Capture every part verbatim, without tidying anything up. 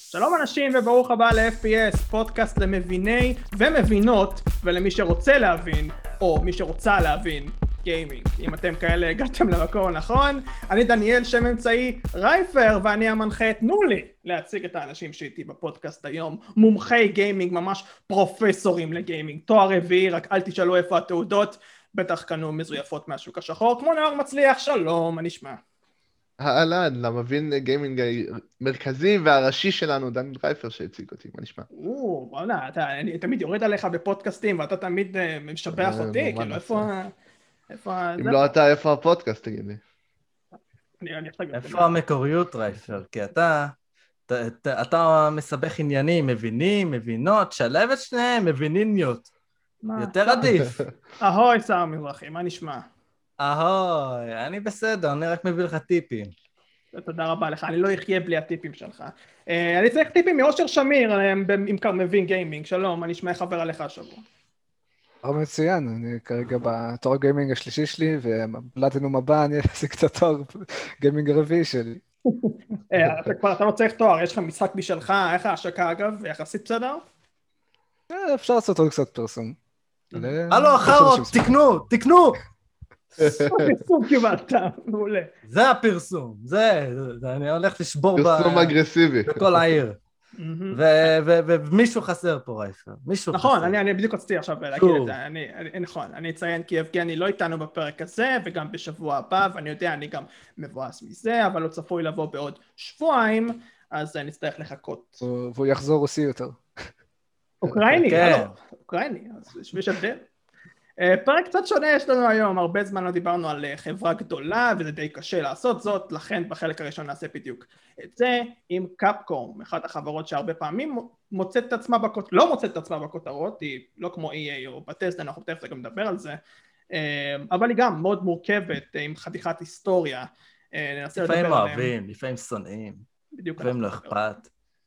שלום אנשים וברוך הבא ל-אף פי אס, פודקאסט למביני ומבינות ולמי שרוצה להבין או מי שרוצה להבין גיימינג. אם אתם כאלה הגעתם למקום הנכון, אני דניאל שם אמצעי רייפר ואני המנחה. תנו לי להציג את האנשים שאיתי בפודקאסט היום, מומחי גיימינג, ממש פרופסורים לגיימינג, תואר רביעי, רק אל תשאלו איפה התעודות, בטח קנו מזויפות מהשוק השחור, כמו נאור מצליח. שלום, מה נשמע? אהלן, למבין גיימינג המרכזי והראשי שלנו, דניאל רייפר שהציג אותי, מה נשמע? או, וואלה, אני תמיד יורד עליך בפודקאסטים ואתה תמיד משבח אותי, כאילו איפה... אם לא אתה, איפה הפודקאסט, תגיד לי? איפה המקוריות, רייפר? כי אתה... אתה מסבך עניינים, מבינים, מבינות, שלב את שניהם, מביניניות. יותר עדיף. אהוי, שר מזרחי, מה נשמע? אהוי, אני בסדר, אני רק מביא לך טיפים. תודה רבה לך, אני לא אחיה בלי הטיפים שלך. אני צריך טיפים מאושר שמיר, אם כבר מבין גיימינג. שלום, מה נשמע, חבר עליך השבוע? מצוין, אני כרגע בתואר גיימינג השלישי שלי, ובפלטינום הבא אני אעסיק את התואר גיימינג הרביעי שלי. אתה כבר, אתה לא צריך תואר, יש לך משחק בשלך, איך ההשקה אגב, יחסית בסדר? אפשר לעשות עוד קצת פרסום. הלו, אחרות, תקנו, תקנו! פרסום קיבלת, מעולה. זה הפרסום, זה, אני הולך לשבור פרסום אגרסיבי. בכל העיר. ומישהו חסר פה, רייפר, מישהו חסר. נכון, אני בדיוק רציתי עכשיו להגיד את זה, נכון, אני אציין כי יבגני לא איתנו בפרק הזה, וגם בשבוע הבא, ואני יודע, אני גם מבואס מזה, אבל הוא צפוי לבוא בעוד שבועיים, אז נצטרך לחכות. והוא יחזור רוסי יותר. אוקראיני, הלו, אוקראיני, אז יש הבדל. פרק קצת שונה יש לנו היום, הרבה זמן לא דיברנו על חברה גדולה וזה די קשה לעשות זאת, לכן בחלק הראשון נעשה בדיוק את זה עם קפקום, אחת החברות שהרבה פעמים מוצאת את עצמה בכותרות, לא מוצאת את עצמה בכותרות, היא לא כמו אי איי או בטסדה, אנחנו תכף גם נדבר על זה, אבל היא גם מאוד מורכבת עם חתיכת היסטוריה. לפעמים אוהבים, לפעמים שונאים, לפעמים לא אכפת.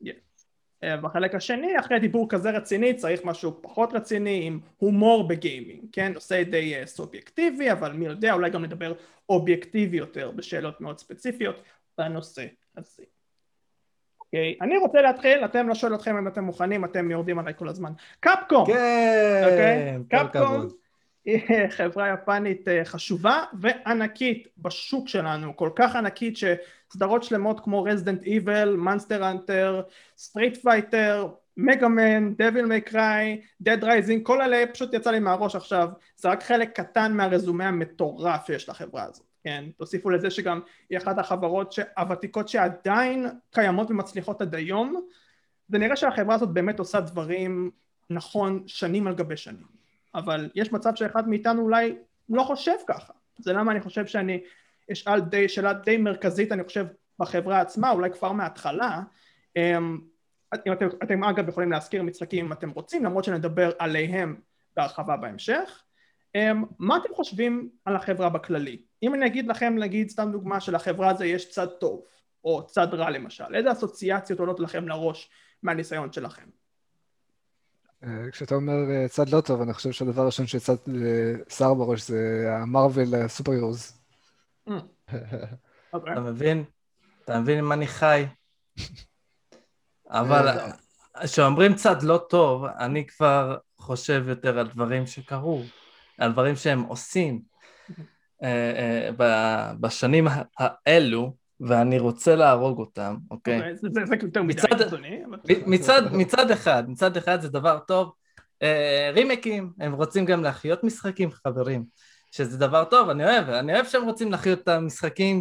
בחלק השני, אחרי דיבור כזה רציני, צריך משהו פחות רציני עם הומור בגיימינג, כן? נושא די סובייקטיבי, אבל מי יודע, אולי גם נדבר אובייקטיבי יותר בשאלות מאוד ספציפיות בנושא הזה. אוקיי, אני רוצה להתחיל, אתם לא שואל אתכם אם אתם מוכנים, אתם יורדים עליי כל הזמן. קפקום! כן, קפקום היא חברה יפנית חשובה וענקית בשוק שלנו, כל כך ענקית שסדרות שלמות כמו Resident Evil, Monster Hunter, Street Fighter, Mega Man, Devil May Cry, Dead Rising, כל אלה פשוט יצא לי מהראש עכשיו, זה רק חלק קטן מהרזומה המטורף שיש לחברה הזאת, כן? תוסיפו לזה שגם היא אחת החברות הוותיקות שעדיין קיימות ומצליחות עד היום, ונראה שהחברה הזאת באמת עושה דברים נכון שנים על גבי שנים. אבל יש מצב שאחד מאיתנו אולי לא חושב ככה. זה למה אני חושב שאני אשאל די, שאלה די מרכזית, אני חושב, בחברה עצמה, אולי כבר מההתחלה. אם אתם, אתם אגב יכולים להזכיר משחקים אם אתם רוצים, למרות שנדבר עליהם בהרחבה בהמשך. מה אתם חושבים על החברה בכללי? אם אני אגיד לכם, נגיד סתם דוגמה של החברה הזו יש צד טוב, או צד רע למשל, איזה אסוציאציות עולות לכם לראש מהניסיון שלכם? כשאתה אומר צד לא טוב, אני חושב שהדבר הראשון שיצא שר בראש זה המרוול סופר הירוז. אתה מבין? אתה מבין אם אני חי? אבל כשאומרים צד לא טוב, אני כבר חושב יותר על דברים שקרו, על דברים שהם עושים בשנים האלו, ואני רוצה להרוג אותם, אוקיי? זה יותר מדי קיצוני. מצד אחד, מצד אחד זה דבר טוב. רימקים, הם רוצים גם להחיות משחקים, חברים, שזה דבר טוב, אני אוהב, אני אוהב שהם רוצים להחיות את המשחקים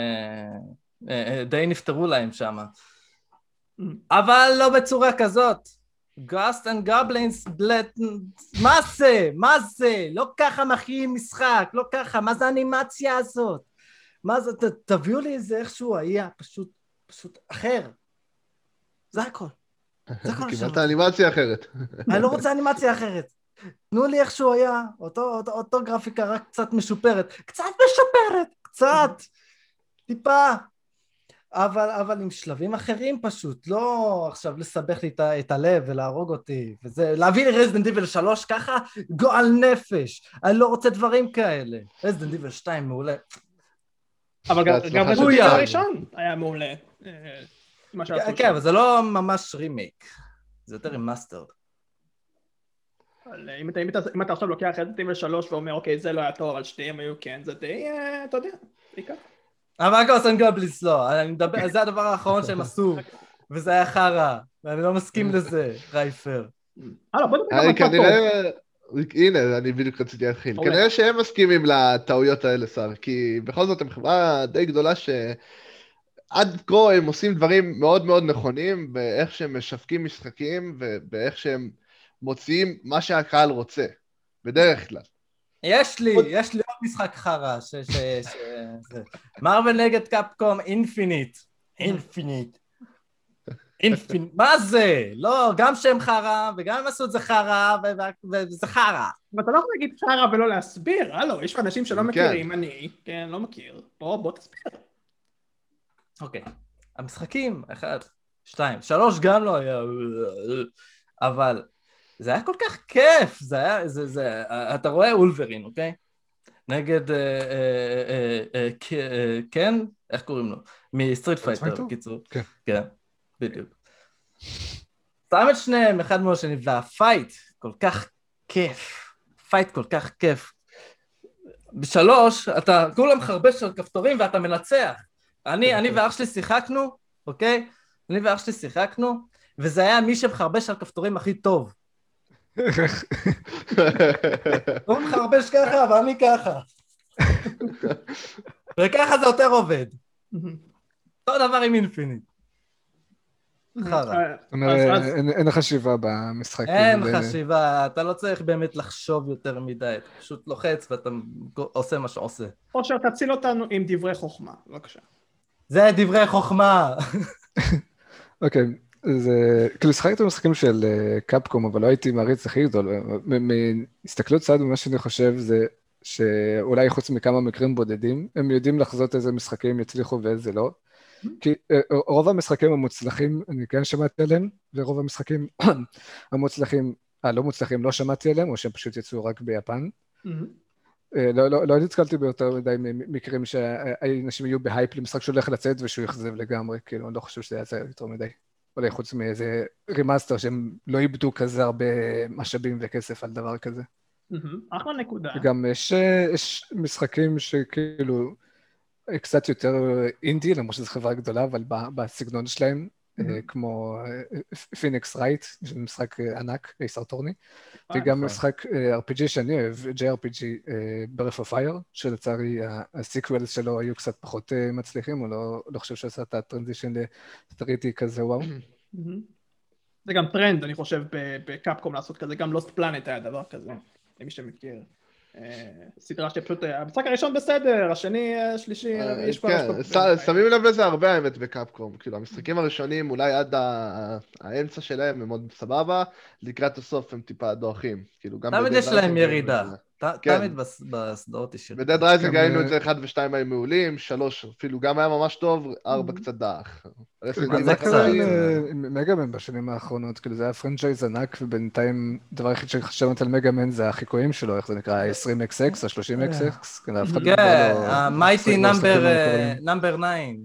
שדי נפטרו להם שם. אבל לא בצורה כזאת. Ghosts and Goblins, מה זה? מה זה? לא ככה מחיים משחק, לא ככה, מה זה האנימציה הזאת? מה זה, ת, תביאו לי איזה איכשהו היה פשוט, פשוט אחר. זה הכל. זה הכל קיבלת אנימציה אחרת. אני לא רוצה אנימציה אחרת. תנו לי איכשהו היה, אותו, אותו, אותו גרפיקה רק קצת משופרת. קצת משופרת, קצת. טיפה. אבל, אבל עם שלבים אחרים פשוט. לא עכשיו לסבך לי את, את הלב ולהרוג אותי. וזה, להביא לי רזידנט איבל שלוש ככה, גועל נפש. אני לא רוצה דברים כאלה. רזידנט איבל שתיים מעולה. אבל גם רזידנט איבל הראשון היה מעולה. מה שעשו כן, שם. אבל זה לא ממש רימייק, זה יותר רימאסטרד. אבל אם אתה, אם אתה, אם אתה עכשיו לוקח את טיבל שלוש ואומר, אוקיי, זה לא היה טוב, אבל שתיהם היו כן, זה די, אה, אתה יודע, זה ייקח. אבל גוסט אנד גובלינס לא, אני מדבר, זה הדבר האחרון שהם עשו, וזה היה חרא, ואני לא מסכים לזה, רייפר. הלאה, בוא נדבר גם אני על צד טוב. כנראה, הנה, אני בדיוק רציתי להתחיל. עולה. כנראה שהם מסכימים לטעויות האלה, שר, כי בכל זאת הם חברה די גדולה ש... עד כה הם עושים דברים מאוד מאוד נכונים באיך שהם משווקים משחקים ובאיך שהם מוציאים מה שהקהל רוצה, בדרך כלל. יש לי, יש לי עוד משחק חרא, ש... ש... ש... זה. מרוול נגד קפקום אינפיניט. אינפיניט. אינפיניט. מה זה? לא, גם שהם חרא, וגם הם עשו את זה חרא, ו... וזה חרא. ואתה לא יכול להגיד חרא ולא להסביר, הלו, יש אנשים שלא כן. מכירים, אני, כן, לא מכיר. בוא, בוא תסביר. אוקיי. המשחקים, אחד, שתיים, שלוש גם לא היה, אבל זה היה כל כך כיף, זה היה, זה, זה, אתה רואה אולברין, אוקיי? נגד, אה, אה, אה, אה, כן? איך קוראים לו? מסטריט פייטר, בקיצור. כן. כן, בדיוק. שם את שניהם, אחד מול השני, והפייט כל כך כיף, פייט כל כך כיף. בשלוש, אתה כולם חרבש על כפתורים ואתה מנצח. אני, אני ואח שלי שיחקנו, אוקיי? אני ואח שלי שיחקנו, וזה היה מי שמחרבש על כפתורים הכי טוב. הוא מחרבש ככה, ואני ככה. וככה זה יותר עובד. אותו דבר עם אינפיניט. חרא. זאת אומרת, אין- אין חשיבה במשחק. אין כאילו, זה- חשיבה, אתה לא צריך באמת לחשוב יותר מדי, אתה פשוט לוחץ ואתה עושה מה שעושה. אושר, תציל אותנו עם דברי חוכמה, בבקשה. זה דברי חוכמה. אוקיי, זה, כאילו שחקתי במשחקים של אה, קפקום, אבל לא הייתי מעריץ הכי גדול. מ- מהסתכלות צד, מה שאני חושב זה שאולי חוץ מכמה מקרים בודדים, הם יודעים לחזות איזה משחקים יצליחו ואיזה לא. כי אה, רוב המשחקים המוצלחים, אני כן שמעתי עליהם, ורוב המשחקים המוצלחים, הלא מוצלחים לא שמעתי עליהם, או שהם פשוט יצאו רק ביפן. אה, לא, לא, לא נתקלתי ביותר מדי מקרים שאנשים יהיו בהייפ למשחק שהולך לצאת ושהוא יחזב לגמרי, כאילו, אני לא חושב שזה יצא יותר מדי. אולי חוץ מאיזה רימאסטר שהם לא איבדו כזה הרבה משאבים וכסף על דבר כזה. אחלה נקודה. וגם יש, יש משחקים שכאילו קצת יותר אינדי, למרות שזו חברה גדולה, אבל בסגנון שלהם, כמו פיניקס רייט, שזה משחק ענק, קיסר טורני, וגם משחק אר פי ג'י שאני אוהב, ג'יי אר פי ג'י Breath of Fire, שלצערי הסיקוולס שלו היו קצת פחות מצליחים, הוא לא, לא חושב שעשה את הטרנזישן לטריטי כזה וואו. זה גם טרנד, אני חושב, בקפקום לעשות כזה, גם לוסט פלנט היה דבר כזה, למי שמכיר. סדרה שפשוט, המשחק הראשון בסדר, השני, השלישי, יש פה... כן, שמים לב לזה הרבה האמת בקפקום, כאילו המשחקים הראשונים אולי עד האמצע שלהם הם עוד סבבה, לקראת הסוף הם טיפה דוחים, כאילו גם... תמיד יש להם ירידה, תמיד בסדרות יש ירידה. בדד רייזינג היינו את זה אחד ושתיים היו מעולים, שלוש אפילו גם היה ממש טוב, ארבע קצת דח. זה קצת. מגאמן בשנים האחרונות, כאילו זה היה פרנצ'ייז ענק, ובינתיים דבר היחיד שחשבת על מגאמן זה החיקויים שלו, איך זה נקרא, ה-עשרים אקס אקס, ה-שלושים אקס אקס, כן, אף אחד לא... כן, המייטי נאמבר ניין.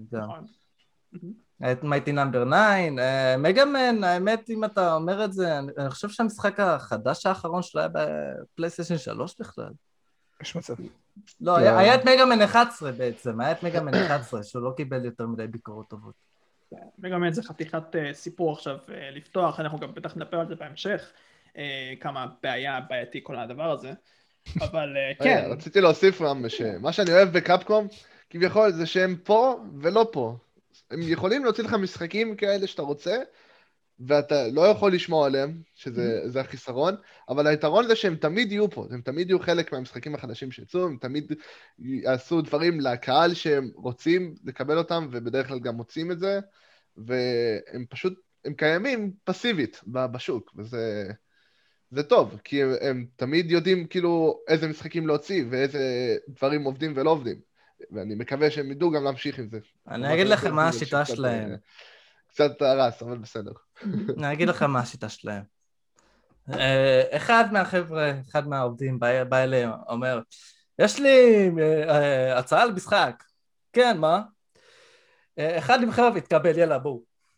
מייטי נאמבר ניין, מגאמן, האמת אם אתה אומר את זה, אני חושב שהמשחק החדש האחרון שלו היה בפלייסטיישן שלוש בכלל. יש מצב. לא, היה את מגאמן אחת עשרה בעצם, היה את מגאמן אחת עשרה, שהוא לא קיבל יותר מדי ביקורות טובות. מגאמן זה חתיכת סיפור עכשיו לפתוח, אנחנו גם בטח נדבר על זה בהמשך, כמה בעיה בעייתי כל הדבר הזה, אבל כן. רציתי להוסיף גם שמה שאני אוהב בקפקום, כביכול זה שהם פה ולא פה. הם יכולים להוציא לך משחקים כאלה שאתה רוצה, ואתה לא יכול לשמוע עליהם, שזה החיסרון, אבל היתרון זה שהם תמיד יהיו פה, הם תמיד יהיו חלק מהמשחקים החדשים שיצאו, הם תמיד יעשו דברים לקהל שהם רוצים לקבל אותם, ובדרך כלל גם מוצאים את זה, והם פשוט, הם קיימים פסיבית בשוק, וזה זה טוב, כי הם, הם תמיד יודעים כאילו איזה משחקים להוציא, ואיזה דברים עובדים ולא עובדים. ואני מקווה שהם ידעו גם להמשיך עם זה. אני אגיד לך מה השיטה שלהם. קצת הרס, אבל בסדר. אני אגיד לך מה השיטה שלהם. אחד מהחבר'ה, אחד מהעובדים בא אליהם, אומר, יש לי הצעה למשחק. כן, מה? אחד מכם יתקבל, יאללה, בואו.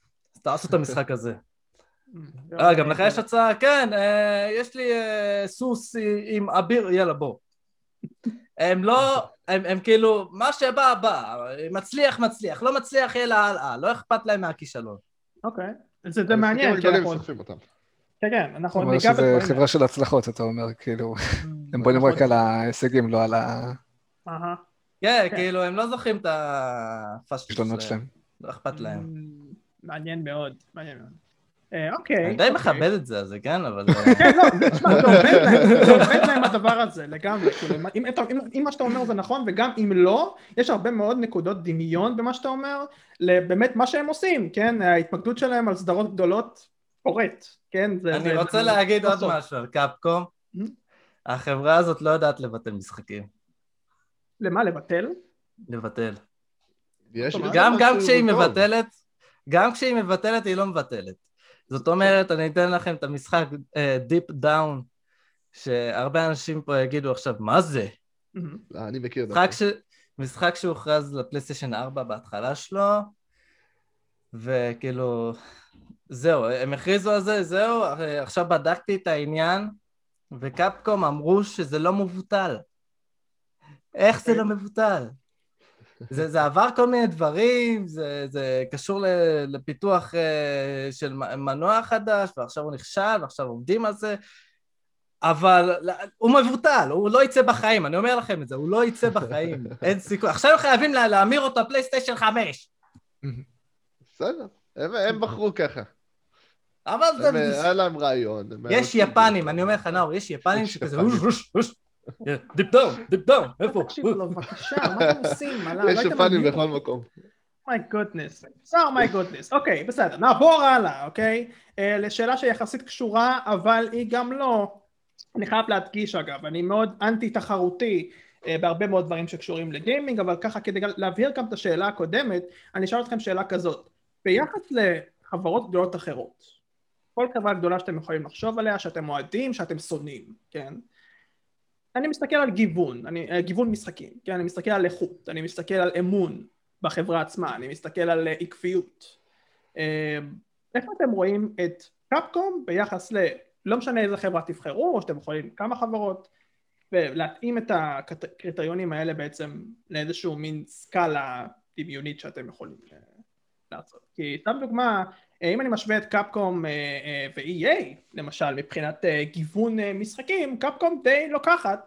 תעשו את המשחק הזה. אה, גם לך יש הצעה? כן, יש לי סוס עם אביר, יאללה בוא. הם לא, הם כאילו, מה שבא, בא, מצליח, מצליח, לא מצליח, יאללה, הלאה, לא אכפת להם מהכישלון. אוקיי, זה מעניין. המשחקים הגדולים סוחפים אותם. כן, כן, אנחנו אומר שזה חברה של הצלחות, אתה אומר, כאילו, הם בונים רק על ההישגים, לא על ה... כן, כאילו, הם לא זוכרים את הפשטות שלהם, לא אכפת להם. מעניין מאוד, מעניין מאוד. אוקיי. אני די מכבד את זה, זה כן, אבל... כן, לא, תשמע, זה עובד להם, זה עובד להם הדבר הזה, לגמרי. אם מה שאתה אומר זה נכון, וגם אם לא, יש הרבה מאוד נקודות דמיון במה שאתה אומר, באמת מה שהם עושים, כן? ההתמקדות שלהם על סדרות גדולות קורית, כן? אני רוצה להגיד עוד משהו על קפקום. החברה הזאת לא יודעת לבטל משחקים. למה, לבטל? לבטל. גם כשהיא מבטלת, גם כשהיא מבטלת היא לא מבטלת. זאת אומרת, אני אתן לכם את המשחק Deep Down, שהרבה אנשים פה יגידו עכשיו, מה זה? אני מכיר את זה. משחק שהוכרז לפלייסטיישן ארבע בהתחלה שלו, וכאילו, זהו, הם הכריזו על זה, זהו, עכשיו בדקתי את העניין, וקפקום אמרו שזה לא מבוטל. איך זה לא מבוטל? זה, זה עבר כל מיני דברים, זה, זה קשור לפיתוח של מנוע חדש, ועכשיו הוא נכשל, ועכשיו עובדים על זה, אבל הוא מבוטל, הוא לא יצא בחיים, אני אומר לכם את זה, הוא לא יצא בחיים, אין סיכוי. עכשיו חייבים להמיר אותו פלייסטיישן חמש. בסדר, הם בחרו ככה. אבל זה... היה להם רעיון. יש יפנים, אני אומר לך נאור, יש יפנים שכזה, רוש, רוש, דיפ דאון, דיפ דאון, איפה? תקשיבו לו, בבקשה, מה אתם עושים? יש יפנים בכל מקום. מי גודנס, סער מי גודנס, אוקיי, בסדר, נעבור הלאה, אוקיי? לשאלה שיחסית קשורה, אבל היא גם לא, אני חייב להדגיש אגב, אני מאוד אנטי תחרותי בהרבה מאוד דברים שקשורים לגיימינג, אבל ככה כדי להבהיר גם את השאלה הקודמת, אני אשאל אתכם שאלה כזאת, ביחס לחברות גדולות אחרות, כל חברה גדולה שאתם יכולים לחשוב עליה, שאתם אוהדים, שאתם שונאים, כן? אני מסתכל על גיוון, אני, גיוון משחקים, כן? אני מסתכל על איכות, אני מסתכל על אמון בחברה עצמה, אני מסתכל על עקביות. איך אתם רואים את קפקום ביחס ל... לא משנה איזה חברה תבחרו, או שאתם יכולים כמה חברות, ולהתאים את הקריטריונים האלה בעצם לאיזשהו מין סקאלה דמיונית שאתם יכולים לעשות. כי סתם דוגמה, אם אני משווה את קפקום ו-אי איי, למשל, מבחינת גיוון משחקים, קפקום די לוקחת,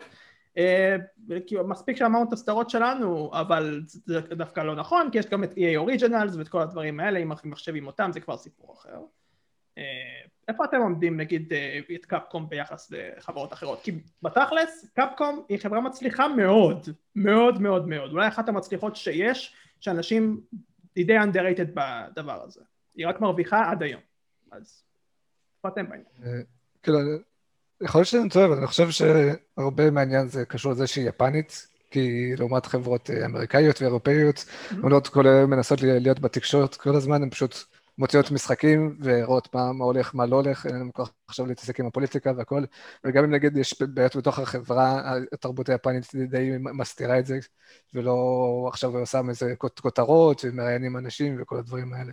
מספיק שאמרנו את הסדרות שלנו, אבל זה דווקא לא נכון, כי יש גם את אי איי Originals ואת כל הדברים האלה, אם אנחנו מחשבים אותם, זה כבר סיפור אחר. איפה אתם עומדים, נגיד, את קפקום ביחס לחברות אחרות? כי בתכלס, קפקום היא חברה מצליחה מאוד, מאוד מאוד מאוד, אולי אחת המצליחות שיש, שאנשים די underrated בדבר הזה. היא רק מרוויחה עד היום. אז איפה אתם בעניין? כאילו, יכול להיות שאני טועה, אבל אני חושב שהרבה מהעניין זה קשור לזה שהיא יפנית, כי לעומת חברות אמריקאיות ואירופאיות, עונות כל היום מנסות להיות בתקשורת כל הזמן, הן פשוט מוציאות משחקים ורואות מה, מה הולך, מה לא הולך, אין לנו כל כך עכשיו להתעסק עם הפוליטיקה והכל, וגם אם נגיד יש בעיות בתוך החברה, התרבות היפנית די מסתירה את זה, ולא עכשיו עושה איזה כותרות ומראיינים אנשים וכל הדברים האלה.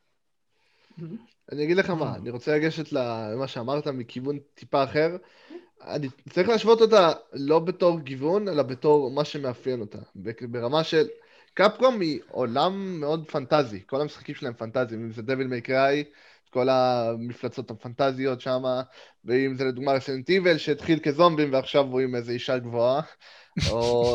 אני אגיד לך מה, אני רוצה לגשת למה שאמרת מכיוון טיפה אחר, אני צריך להשוות אותה לא בתור גיוון, אלא בתור מה שמאפיין אותה, ברמה של... קפקום היא עולם מאוד פנטזי, כל המשחקים שלהם פנטזיים, אם זה דביל מיי קריי, כל המפלצות הפנטזיות שם, ואם זה לדוגמה רסנט איבל שהתחיל כזומבים ועכשיו רואים איזה אישה גבוהה, או...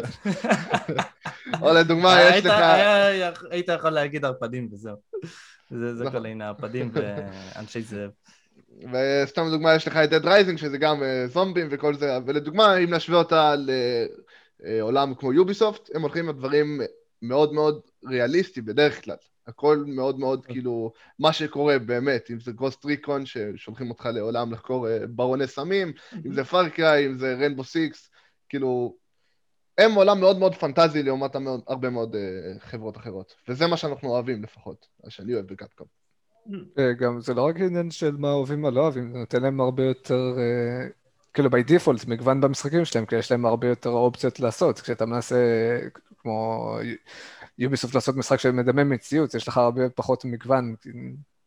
או לדוגמה יש לך... היית יכול להגיד ערפדים וזהו, זה כל העניין, ערפדים ואנשי זאב. וסתם לדוגמה יש לך את Dead Rising שזה גם זומבים וכל זה, ולדוגמה אם נשווה אותה ל... עולם כמו יוביסופט, הם הולכים לדברים מאוד מאוד ריאליסטיים בדרך כלל. הכל מאוד מאוד כאילו, מה שקורה באמת, אם זה גוסט ריקון ששולחים אותך לעולם לחקור ברוני סמים, אם זה פאר קריי, אם זה ריינבו סיקס, כאילו, הם עולם מאוד מאוד פנטזי לעומת הרבה מאוד חברות אחרות. וזה מה שאנחנו אוהבים לפחות, מה שאני אוהב בקפקום. גם זה לא רק עניין של מה אוהבים, מה לא אוהבים, זה נותן להם הרבה יותר... כאילו בי דיפולט, מגוון במשחקים שלהם, כי יש להם הרבה יותר אופציות לעשות. כשאתה מנסה, כמו יוביסופט לעשות משחק שמדמה מציאות, יש לך הרבה פחות מגוון.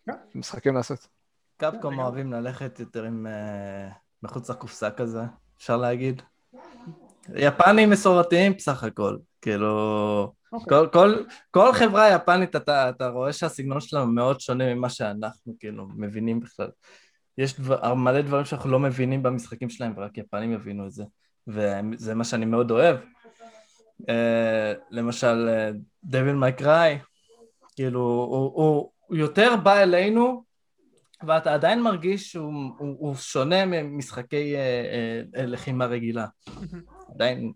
משחקים לעשות. קפקום אוהבים ללכת יותר עם מחוץ לקופסה כזה, אפשר להגיד. יפנים מסורתיים בסך הכל, כאילו, כל, כל, כל חברה יפנית, אתה, אתה רואה שהסגנון שלנו מאוד שונה ממה שאנחנו כאילו מבינים בכלל. יש דבר, מלא דברים שאנחנו לא מבינים במשחקים שלהם, ורק יפנים יבינו את זה, וזה מה שאני מאוד אוהב. Uh, למשל, דביל מיי קריי, כאילו, הוא, הוא, הוא יותר בא אלינו, ואתה עדיין מרגיש שהוא הוא, הוא שונה ממשחקי uh, uh, לחימה רגילה. עדיין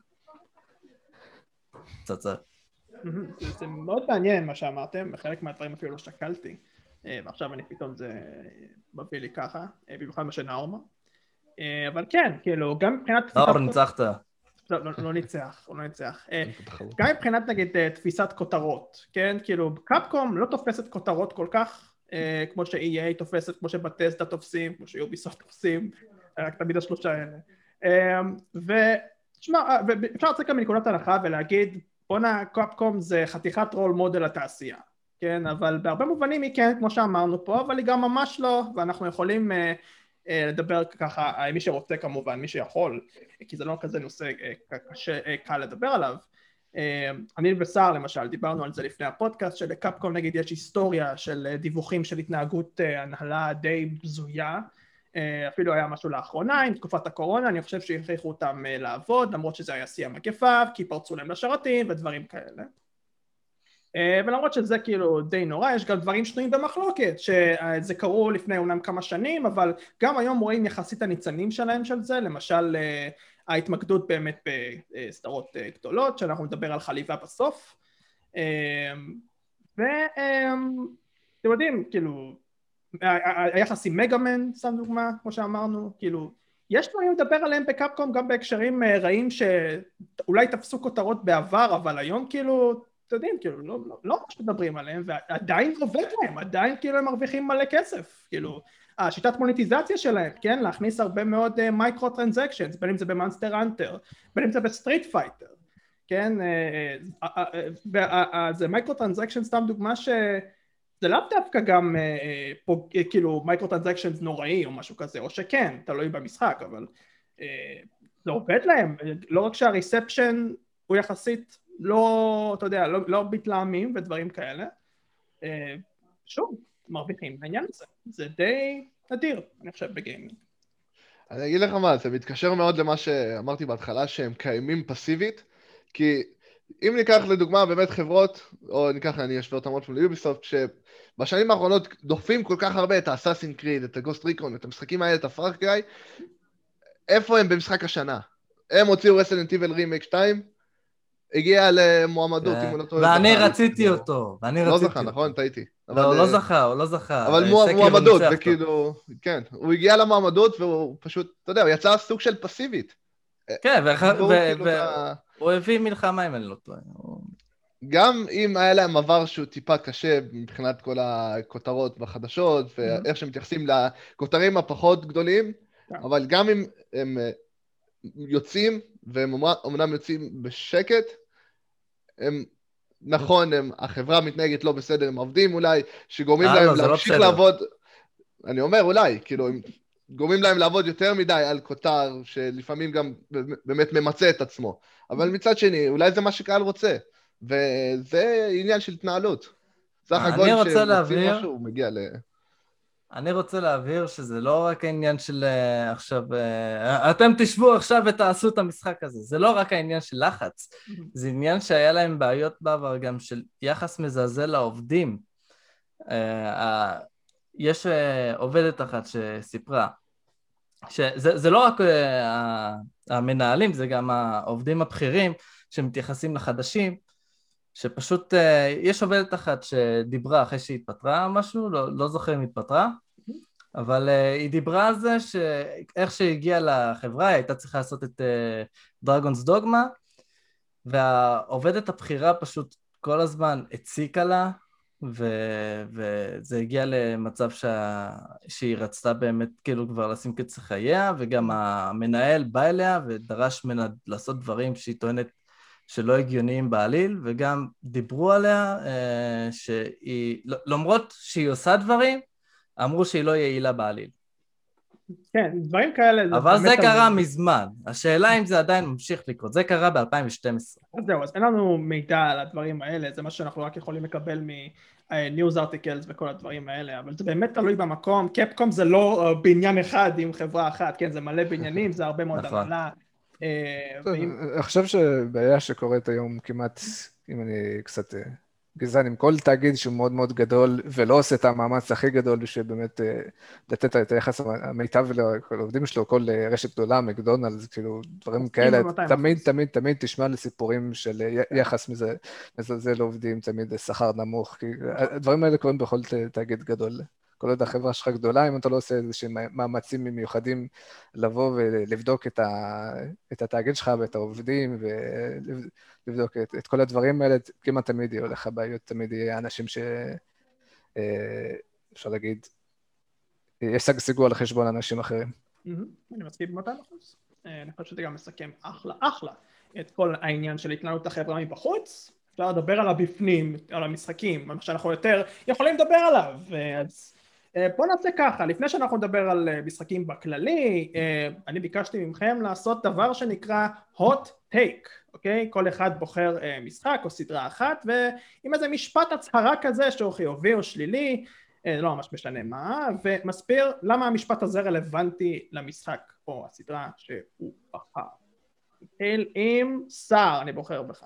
צצה. זה מאוד מעניין מה שאמרתם, בחלק מהדברים אפילו לא שקלתי, ועכשיו אני פתאום זה מביא לי ככה, במיוחד מה שנאור אמר. אבל כן, כאילו, גם מבחינת... נאור, ניצחת. לא, לא ניצח, הוא לא ניצח. גם מבחינת, נגיד, תפיסת כותרות, כן? כאילו, קפקום לא תופסת כותרות כל כך, כמו ש-E A תופסת, כמו שבטסדה תופסים, כמו ש-Ubisoft תופסים, רק תמיד השלושה האלה. ו... תשמע, אפשר לצאת גם מנקודת הנחה ולהגיד, בונה, קפקום זה חתיכת רול מודל לתעשייה, כן? אבל בהרבה מובנים היא כן, כמו שאמרנו פה, אבל היא גם ממש לא, ואנחנו יכולים אה, אה, לדבר ככה, מי שרוצה כמובן, מי שיכול, כי זה לא כזה נושא אה, קשה, אה, קל לדבר עליו. אה, אני וסער למשל, דיברנו על זה לפני הפודקאסט, שלקפקום נגיד יש היסטוריה של דיווחים של התנהגות אה, הנהלה די בזויה, אפילו היה משהו לאחרונה עם תקופת הקורונה, אני חושב שהכריחו אותם לעבוד, למרות שזה היה שיא המגפה, כי פרצו להם לשרתים ודברים כאלה. ולמרות שזה כאילו די נורא, יש גם דברים שנויים במחלוקת, שזה קרו לפני אומנם כמה שנים, אבל גם היום רואים יחסית הניצנים שלהם של זה, למשל ההתמקדות באמת בסדרות גדולות, שאנחנו נדבר על חליבה בסוף. ואתם יודעים, כאילו, היחס עם מגאמן, שם דוגמה, כמו שאמרנו, כאילו, יש דברים לדבר עליהם בקפקום גם בהקשרים רעים שאולי תפסו כותרות בעבר, אבל היום כאילו, אתם יודעים, כאילו, לא, לא, לא ממש מדברים עליהם, ועדיין עובד להם, עדיין כאילו הם מרוויחים מלא כסף, כאילו, השיטת מוניטיזציה שלהם, כן, להכניס הרבה מאוד מייקרו טרנזקשנס, בין אם זה במאנסטר הנטר, בין אם זה בסטריט פייטר, כן, זה מייקרו טרנזקשנס, סתם דוגמה ש... זה לאו דווקא גם אה, פה, כאילו מייקרו טרנזקשנס נוראי או משהו כזה, או שכן, תלוי במשחק, אבל אה, זה עובד להם, לא רק שהריספשן הוא יחסית לא, אתה יודע, לא, לא מתלהמים ודברים כאלה, אה, שוב, מרוויחים העניין הזה, זה די נדיר, אני חושב, בגיימינג. אני אגיד לך מה, זה מתקשר מאוד למה שאמרתי בהתחלה, שהם קיימים פסיבית, כי... אם ניקח לדוגמה באמת חברות, או ניקח, אני אשווה אותם עוד פעם ליוביסופט, שבשנים האחרונות דוחפים כל כך הרבה את האסאסין קריד, את הגוסט ריקון, את המשחקים האלה, את הפאר קריי, איפה הם במשחק השנה? הם הוציאו רסילנט איבל רימייק שתיים, הגיע למועמדות, אם הוא לא טועה. ואני רציתי אותו, ואני רציתי לא אותו. זכה, נכון, טעיתי. לא, הוא לא זכה, הוא לא זכה. אבל מועמדות, וכאילו, כן, הוא הגיע למועמדות, והוא פשוט, אתה יודע, הוא יצא סוג של פסיבית. כן, והוא הביא מלחמה אם אני לא טועה. גם אם היה להם עבר שהוא טיפה קשה מבחינת כל הכותרות בחדשות, ואיך שהם מתייחסים לכותרים הפחות גדולים, אבל גם אם הם יוצאים, והם אומנם יוצאים בשקט, הם, נכון, החברה מתנהגת לא בסדר, הם עובדים אולי, שגורמים להם להמשיך לעבוד, אני אומר אולי, כאילו, הם גורמים להם לעבוד יותר מדי על כותר, שלפעמים גם באמת ממצא את עצמו. אבל מצד שני, אולי זה מה שקהל רוצה. וזה עניין של התנהלות. סך הכל שמוצאים משהו, הוא מגיע ל... אני רוצה להבהיר שזה לא רק העניין של עכשיו, אתם תשבו עכשיו ותעשו את המשחק הזה. זה לא רק העניין של לחץ. זה עניין שהיה להם בעיות בעבר גם של יחס מזעזע לעובדים. יש עובדת אחת שסיפרה, שזה זה לא רק המנהלים, זה גם העובדים הבכירים שמתייחסים לחדשים, שפשוט יש עובדת אחת שדיברה אחרי שהיא התפטרה משהו, לא, לא זוכר אם התפטרה, אבל היא דיברה על זה שאיך שהגיעה לחברה, היא הייתה צריכה לעשות את דרגונס דוגמה, והעובדת הבכירה פשוט כל הזמן הציקה לה, ו- וזה הגיע למצב שה... שהיא רצתה באמת כאילו כבר לשים קץ לחייה, וגם המנהל בא אליה ודרש ממנה לעשות דברים שהיא טוענת שלא הגיוניים בעליל, וגם דיברו עליה שהיא, למרות שהיא עושה דברים, אמרו שהיא לא יעילה בעליל. כן, דברים כאלה. אבל זה קרה מזמן. השאלה אם זה עדיין ממשיך לקרות. זה קרה ב-אלפיים ושתים עשרה. אז זהו, אז אין לנו מידע על הדברים האלה, זה מה שאנחנו רק יכולים לקבל מ-news articles וכל הדברים האלה, אבל זה באמת תלוי במקום. קפקום זה לא בעניין אחד עם חברה אחת, כן, זה מלא בעניינים, זה הרבה מאוד עמלה. אני חושב שבעיה שקורית היום כמעט, אם אני קצת גזען, עם כל תאגיד שהוא מאוד מאוד גדול, ולא עושה את המאמץ הכי גדול בשביל באמת לתת את היחס המיטב לעובדים שלו, כל רשת גדולה, מקדונלדס, כאילו דברים כאלה, תמיד תמיד תמיד תשמע לסיפורים של יחס מזה, מזלזל לעובדים, תמיד שכר נמוך, כי הדברים האלה קורים בכל תאגיד גדול. כל עוד החברה שלך גדולה, אם אתה לא עושה איזשהם מאמצים מיוחדים לבוא ולבדוק את, ה, את התאגיד שלך ואת העובדים ולבדוק את, את כל הדברים האלה, כמעט תמיד יהיו לך בעיות, תמיד יהיה אנשים ש... אפשר להגיד, ישגשגו על חשבון אנשים אחרים. אני מסכים ב-מאתיים אחוז. אני חושב שזה גם מסכם אחלה, אחלה, את כל העניין של התנהלות החברה מבחוץ. אפשר לדבר עליו בפנים, על המשחקים, מה שאנחנו יותר יכולים לדבר עליו. אז בוא נעשה ככה, לפני שאנחנו נדבר על משחקים בכללי, אני ביקשתי מכם לעשות דבר שנקרא hot take, אוקיי? כל אחד בוחר משחק או סדרה אחת, ועם איזה משפט הצהרה כזה שהוא חיובי או שלילי, לא ממש משנה מה, ומסביר למה המשפט הזה רלוונטי למשחק או הסדרה שהוא בחר. נתחיל עם שר, אני בוחר בך.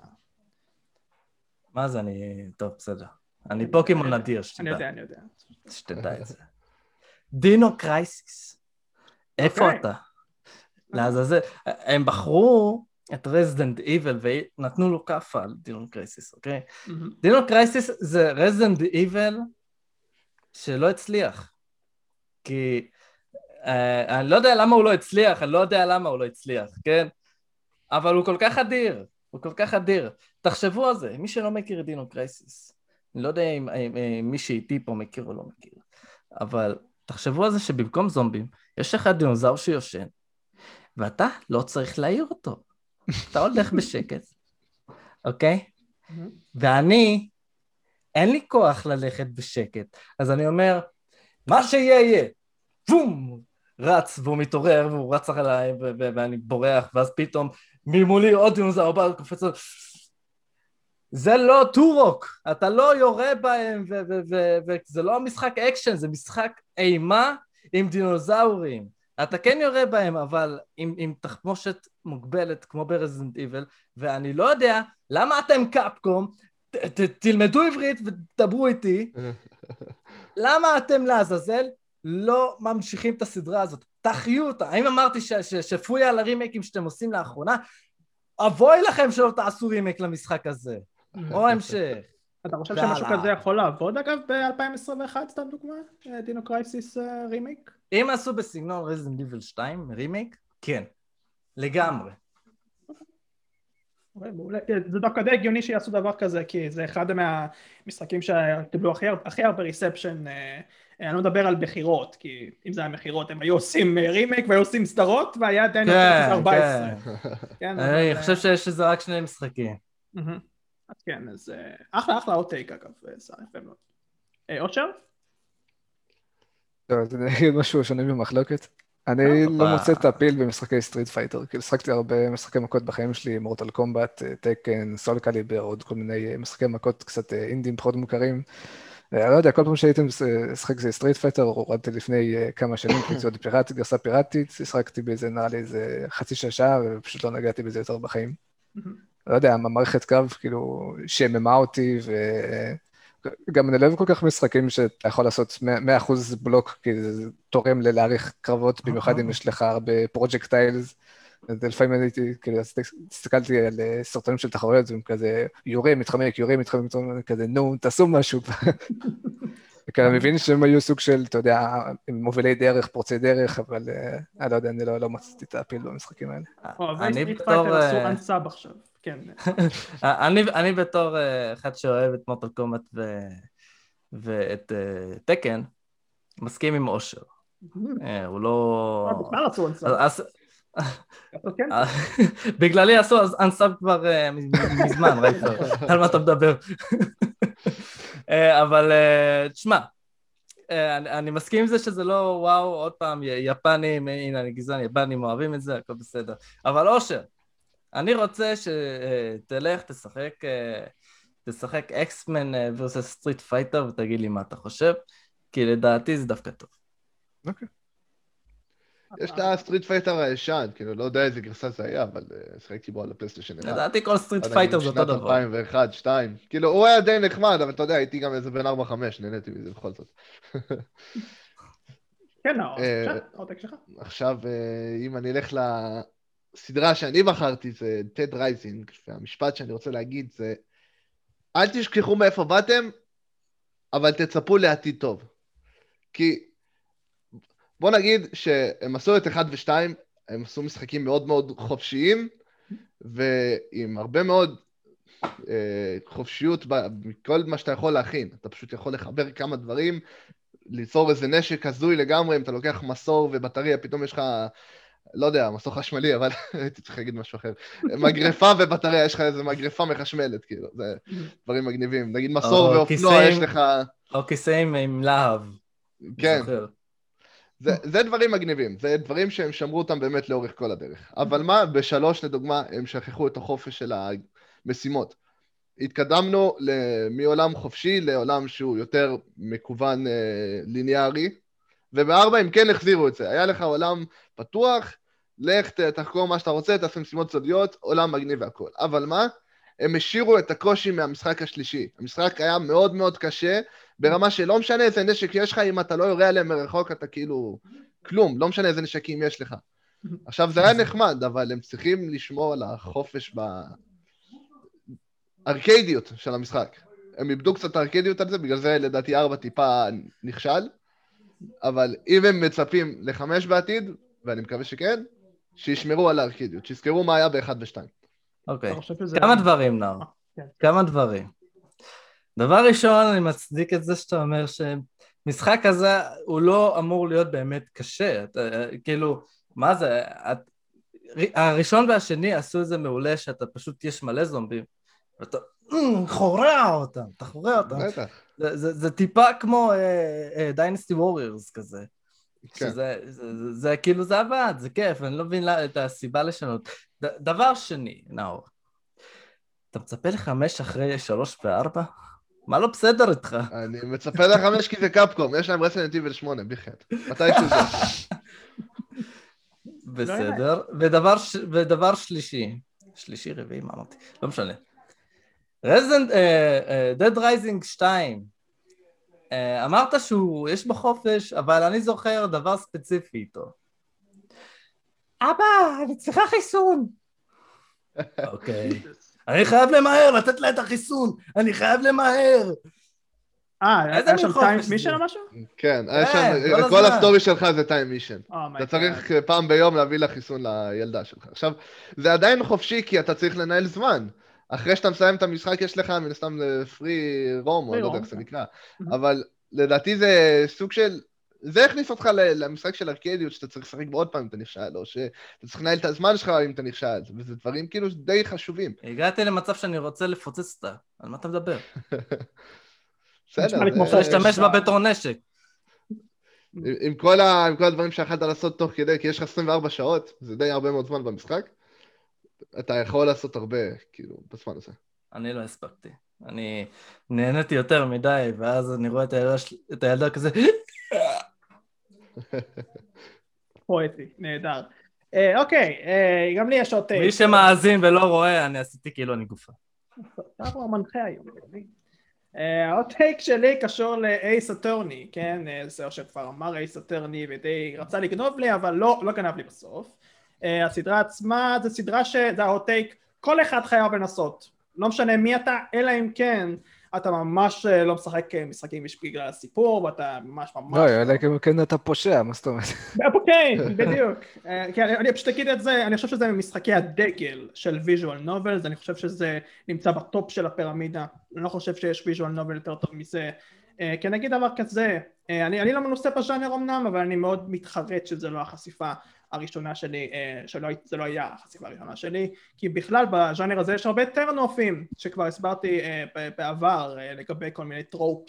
מה זה אני... טוב, בסדר. אני פוקימון נדיר, שתדע. אני יודע, אני יודע. שתדע את זה. דינו קרייסיס. איפה אתה? לעזאזל. הם בחרו את רזידנט איבל ונתנו לו כפה על דינו קרייסיס, אוקיי? דינו קרייסיס זה רזידנט איבל שלא הצליח. כי אני לא יודע למה הוא לא הצליח, אני לא יודע למה הוא לא הצליח, כן? אבל הוא כל כך אדיר. הוא כל כך אדיר. תחשבו על זה, מי שלא מכיר את דינו קרייסיס, אני לא יודע אם, אם, אם מי שאיתי פה מכיר או לא מכיר, אבל תחשבו על זה שבמקום זומבים, יש לך דינוזאור שיושן, ואתה לא צריך להעיר אותו. אתה הולך בשקט, אוקיי? ואני, אין לי כוח ללכת בשקט, אז אני אומר, מה שיהיה יהיה, בום, רץ, והוא מתעורר, והוא רץ עליי, ואני בורח, ואז פתאום, ממולי עוד דינוזאור בא, קופץ על... זה לא טורוק, אתה לא יורה בהם, וזה לא משחק אקשן, זה משחק אימה עם דינוזאורים. אתה כן יורה בהם, אבל עם, עם תחמושת מוגבלת, כמו ברזידנט איבל, ואני לא יודע למה אתם קפקום, ת, ת, תלמדו עברית ודברו איתי, למה אתם לעזאזל לא ממשיכים את הסדרה הזאת? תחיו אותה. האם אמרתי ש, ש, שפויה על הרימייקים שאתם עושים לאחרונה? אבוי לכם שלא תעשו רימייק למשחק הזה. או המשך. אתה חושב שמשהו כזה יכול לעבוד אגב ב-אלפיים עשרים ואחת, סתם דוגמה? דינו קרייסיס רימייק? אם עשו בסגנון רזידנט איבל שתיים רימייק, כן. לגמרי. זה דווקא די הגיוני שיעשו דבר כזה, כי זה אחד מהמשחקים שקיבלו הכי הרבה ריספשן. אני לא מדבר על בחירות, כי אם זה היה מחירות, הם היו עושים רימייק והיו עושים סדרות, והיה עדיין ארבע עשרה. אני חושב שיש לזה רק שני משחקים. אז כן, אז אחלה, אחלה עוד טייק אגב, שר יפה מאוד. אושר? טוב, אז אני אגיד משהו שונה במחלוקת. אני לא מוצא את הפיל במשחקי סטריט פייטר, כי שחקתי הרבה משחקי מכות בחיים שלי, מורטל קומבט, טקן, סול קליבר, עוד כל מיני משחקי מכות קצת אינדים פחות מוכרים. אני לא יודע, כל פעם שהייתי משחק זה סטריט פייטר, הורדתי לפני כמה שנים, קניתי עוד פיראטית, גרסה פיראטית, שחקתי באיזה, נראה לי איזה חצי שעה, ופשוט לא נגעתי בזה יותר בחיים. לא יודע, המערכת קו כאילו שממה אותי, וגם אני לא אוהב כל כך משחקים שאתה יכול לעשות מאה אחוז בלוק, כי זה תורם להעריך קרבות, במיוחד אם יש לך הרבה פרוג'קטיילס, אז לפעמים הייתי, כאילו, הסתכלתי על סרטונים של תחרויות, והם כזה יורה, מתחמק, יורה, מתחמק, כזה, נו, תעשו משהו. וכאלה מבין שהם היו סוג של, אתה יודע, מובילי דרך, פורצי דרך, אבל אני לא יודע, אני לא מצאתי את הפיל במשחקים האלה. אני בתור... אני בתור אחד שאוהב את מורטל קומבט ואת טקן, מסכים עם אושר. הוא לא... מה רצו אנסאב? בגללי עשו אנסאב כבר מזמן, ראית על מה אתה מדבר. אבל תשמע, אני, אני מסכים עם זה שזה לא וואו, עוד פעם, יפנים, הנה אני גזען, יפנים אוהבים את זה, הכל בסדר. אבל אושר, אני רוצה שתלך, תשחק, תשחק אקסמן versus סטריט פייטר, ותגיד לי מה אתה חושב, כי לדעתי זה דווקא טוב. אוקיי. יש את הסטריט פייטר הישן, כאילו, לא יודע איזה גרסה זה היה, אבל שחקתי בו על הפלייסטיישן אחד. לדעתי כל סטריט פייטר זה אותו דבר. שנת אלפיים ואחת, שתיים. כאילו, הוא היה די נחמד, אבל אתה יודע, הייתי גם איזה בן ארבע חמש, נהניתי מזה בכל זאת. כן, העותק שלך. עכשיו, אם אני אלך לסדרה שאני בחרתי, זה טד רייזינג, והמשפט שאני רוצה להגיד זה, אל תשכחו מאיפה באתם, אבל תצפו לעתיד טוב. כי בוא נגיד שהם עשו את אחד ושתיים, הם עשו משחקים מאוד מאוד חופשיים, ועם הרבה מאוד אה, חופשיות בכל מה שאתה יכול להכין. אתה פשוט יכול לחבר כמה דברים, ליצור איזה נשק הזוי לגמרי, אם אתה לוקח מסור ובטריה, פתאום יש לך, לא יודע, מסור חשמלי, אבל הייתי צריך להגיד משהו אחר. מגרפה ובטריה, יש לך איזה מגרפה מחשמלת, כאילו, זה דברים מגניבים. נגיד מסור ואופנוע, יש לך... או כיסאים עם להב. כן. זה, זה דברים מגניבים, זה דברים שהם שמרו אותם באמת לאורך כל הדרך. אבל מה, בשלוש לדוגמה, הם שכחו את החופש של המשימות. התקדמנו מעולם חופשי לעולם שהוא יותר מקוון אה, ליניארי, ובארבע הם כן החזירו את זה. היה לך עולם פתוח, לך תחקור מה שאתה רוצה, תעשה משימות סודיות, עולם מגניב והכל. אבל מה? הם השאירו את הקושי מהמשחק השלישי. המשחק היה מאוד מאוד קשה, ברמה שלא משנה איזה נשק יש לך, אם אתה לא יורה עליהם מרחוק, אתה כאילו כלום, לא משנה איזה נשקים יש לך. עכשיו זה היה נחמד, אבל הם צריכים לשמור על החופש בארקיידיות של המשחק. הם איבדו קצת הארקיידיות על זה, בגלל זה לדעתי ארבע טיפה נכשל, אבל אם הם מצפים לחמש בעתיד, ואני מקווה שכן, שישמרו על הארקיידיות, שיזכרו מה היה באחד ושתיים. אוקיי, כמה דברים נאור, כמה דברים. דבר ראשון, אני מצדיק את זה שאתה אומר שמשחק הזה הוא לא אמור להיות באמת קשה, כאילו, מה זה, הראשון והשני עשו את זה מעולה שאתה פשוט יש מלא זומבים, ואתה חורע אותם, אתה חורע אותם. זה טיפה כמו דיינסטי ווריורס כזה. זה כאילו זה עבד, זה כיף, אני לא מבין את הסיבה לשנות. דבר שני, נאור, אתה מצפה לחמש אחרי שלוש וארבע? מה לא בסדר איתך? אני מצפה לחמש כי זה קפקום, יש להם רסלנט איבל שמונה, בכלל. מתי שזה? בסדר, ודבר שלישי, שלישי רביעי, מה אמרתי? לא משנה. רזנט, דד רייזינג שתיים, אמרת שהוא, יש בו חופש, אבל אני זוכר דבר ספציפי איתו. אבא, אני צריכה חיסון. אוקיי. אני חייב למהר, לתת לה את החיסון, אני חייב למהר. אה, היה שם טיים מישן או משהו? כן, כל הסטורי שלך זה טיים מישן. אתה צריך פעם ביום להביא לה חיסון לילדה שלך. עכשיו, זה עדיין חופשי כי אתה צריך לנהל זמן. אחרי שאתה מסיים את המשחק יש לך מן הסתם פרי רום, או לא יודע איך זה נקרא. אבל לדעתי זה סוג של... זה הכניס אותך למשחק של ארקיידיות, שאתה צריך לשחק בעוד פעם אם אתה נכשל, או שאתה צריך לנהל את הזמן שלך אם אתה נכשל, וזה דברים כאילו די חשובים. הגעתי למצב שאני רוצה לפוצץ אותה, על מה אתה מדבר? בסדר. אני רוצה להשתמש בה בתור נשק. עם כל הדברים שאחלת לעשות תוך כדי, כי יש לך עשרים וארבע שעות, זה די הרבה מאוד זמן במשחק, אתה יכול לעשות הרבה, כאילו, בזמן הזה. אני לא הספקתי. אני נהניתי יותר מדי, ואז אני רואה את הילדה כזה... פואטי, נהדר. אוקיי, גם לי יש עוד... מי שמאזין ולא רואה, אני עשיתי כאילו אני גופה. אתה פה המנחה היום. עוד טייק שלי קשור לאייס אטורני, כן? זה שכבר אמר אייס אטורני ודי רצה לגנוב לי, אבל לא, לא גנב לי בסוף. הסדרה עצמה, זו סדרה שזה עוד טייק, כל אחד חייב לנסות. לא משנה מי אתה, אלא אם כן, אתה ממש לא משחק משחקים בגלל הסיפור, ואתה ממש ממש... לא, אלא אם כן אתה פושע, מה זאת אומרת? כן, בדיוק. אני פשוט אגיד את זה, אני חושב שזה משחקי הדגל של ויז'ואל נובלס, אני חושב שזה נמצא בטופ של הפירמידה, אני לא חושב שיש ויז'ואל נובל יותר טוב מזה, כי נגיד דבר כזה, אני לא מנוסה בז'אנר אמנם, אבל אני מאוד מתחרט שזה לא החשיפה הראשונה שלי, שזה לא היה החשיפה הראשונה שלי, כי בכלל בז'אנר הזה יש הרבה טרנופים, שכבר הסברתי בעבר לגבי כל מיני טרופס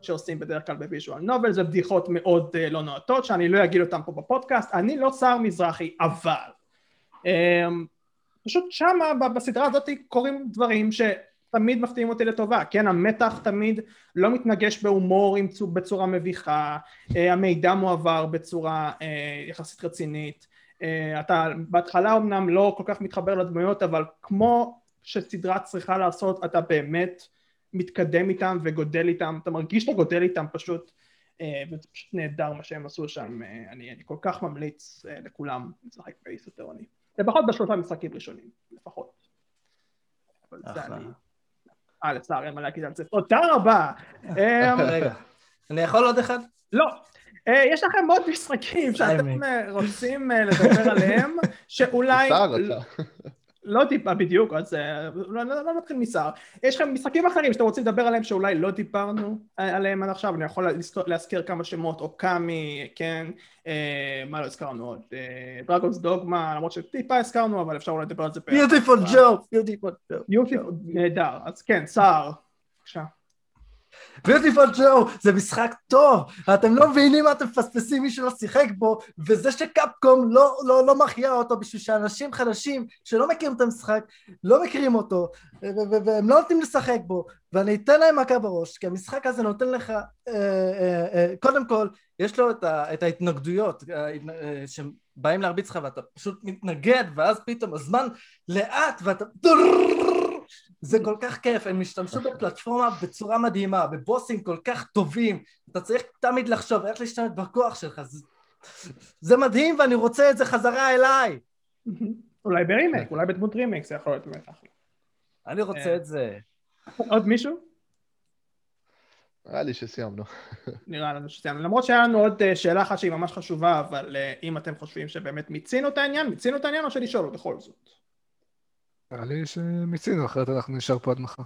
שעושים בדרך כלל בוויז'ואל נובל, זה בדיחות מאוד uh, לא נועתות, שאני לא אגיד אותם פה בפודקאסט, אני לא שר מזרחי, אבל um, פשוט שמה בסדרה הזאת קורים דברים שתמיד מפתיעים אותי לטובה, כן, המתח תמיד לא מתנגש בהומור בצורה מביכה, uh, המידע מועבר בצורה uh, יחסית רצינית, uh, אתה בהתחלה אמנם לא כל כך מתחבר לדמויות, אבל כמו שסדרה צריכה לעשות, אתה באמת מתקדם איתם וגודל איתם, אתה מרגיש שאתה גודל איתם פשוט, וזה פשוט נהדר מה שהם עשו שם, אני, אני כל כך ממליץ לכולם לשחק באייס אטורני, לפחות בשלושה משחקים ראשונים, לפחות. אבל זה אני... אה, לצער, אין מה להגיד על זה. תודה רבה! רגע, אני יכול עוד אחד? לא. יש לכם עוד משחקים שאתם רוצים לדבר עליהם, שאולי... לצער אתה. לא דיבר, בדיוק, אז לא, לא, לא נתחיל מסער. יש לכם משחקים אחרים שאתם רוצים לדבר עליהם שאולי לא דיברנו עליהם עד עכשיו, אני יכול להזכיר כמה שמות, אוקאמי, כן, אה, מה לא הזכרנו עוד, דרגונס דוגמה, למרות שטיפה הזכרנו, אבל אפשר אולי לדבר על זה. ביוטיפול ג'ו, ביוטיפול ג'ו. ביוטיפול, נהדר, אז כן, סער, בבקשה. ביוטיפול ג'ו, זה משחק טוב, אתם לא מבינים מה אתם מפספסים מי שלא שיחק בו, וזה שקפקום לא, לא, לא מחיה אותו בשביל שאנשים חדשים שלא מכירים את המשחק, לא מכירים אותו, והם לא נותנים לשחק בו, ואני אתן להם מכה בראש, כי המשחק הזה נותן לך, אה, אה, אה, קודם כל, יש לו את, ה, את ההתנגדויות, אה, אה, שבאים להרביץ לך, ואתה פשוט מתנגד, ואז פתאום הזמן לאט, ואתה... זה כל כך כיף, הם משתמשו בפלטפורמה בצורה מדהימה, בבוסים כל כך טובים, אתה צריך תמיד לחשוב איך להשתמש בכוח שלך, זה, זה מדהים ואני רוצה את זה חזרה אליי. אולי ברימייק, אולי בדמות רימייק, זה יכול להיות באמת אחלה. אני רוצה את זה. עוד מישהו? נראה לי שסיימנו. נראה לנו שסיימנו, למרות שהיה לנו עוד שאלה אחת שהיא ממש חשובה, אבל אם אתם חושבים שבאמת מיצינו את העניין, מיצינו את העניין או שנשאלו בכל זאת? נראה לי שמיצינו, אחרת אנחנו נשאר פה עד מחר.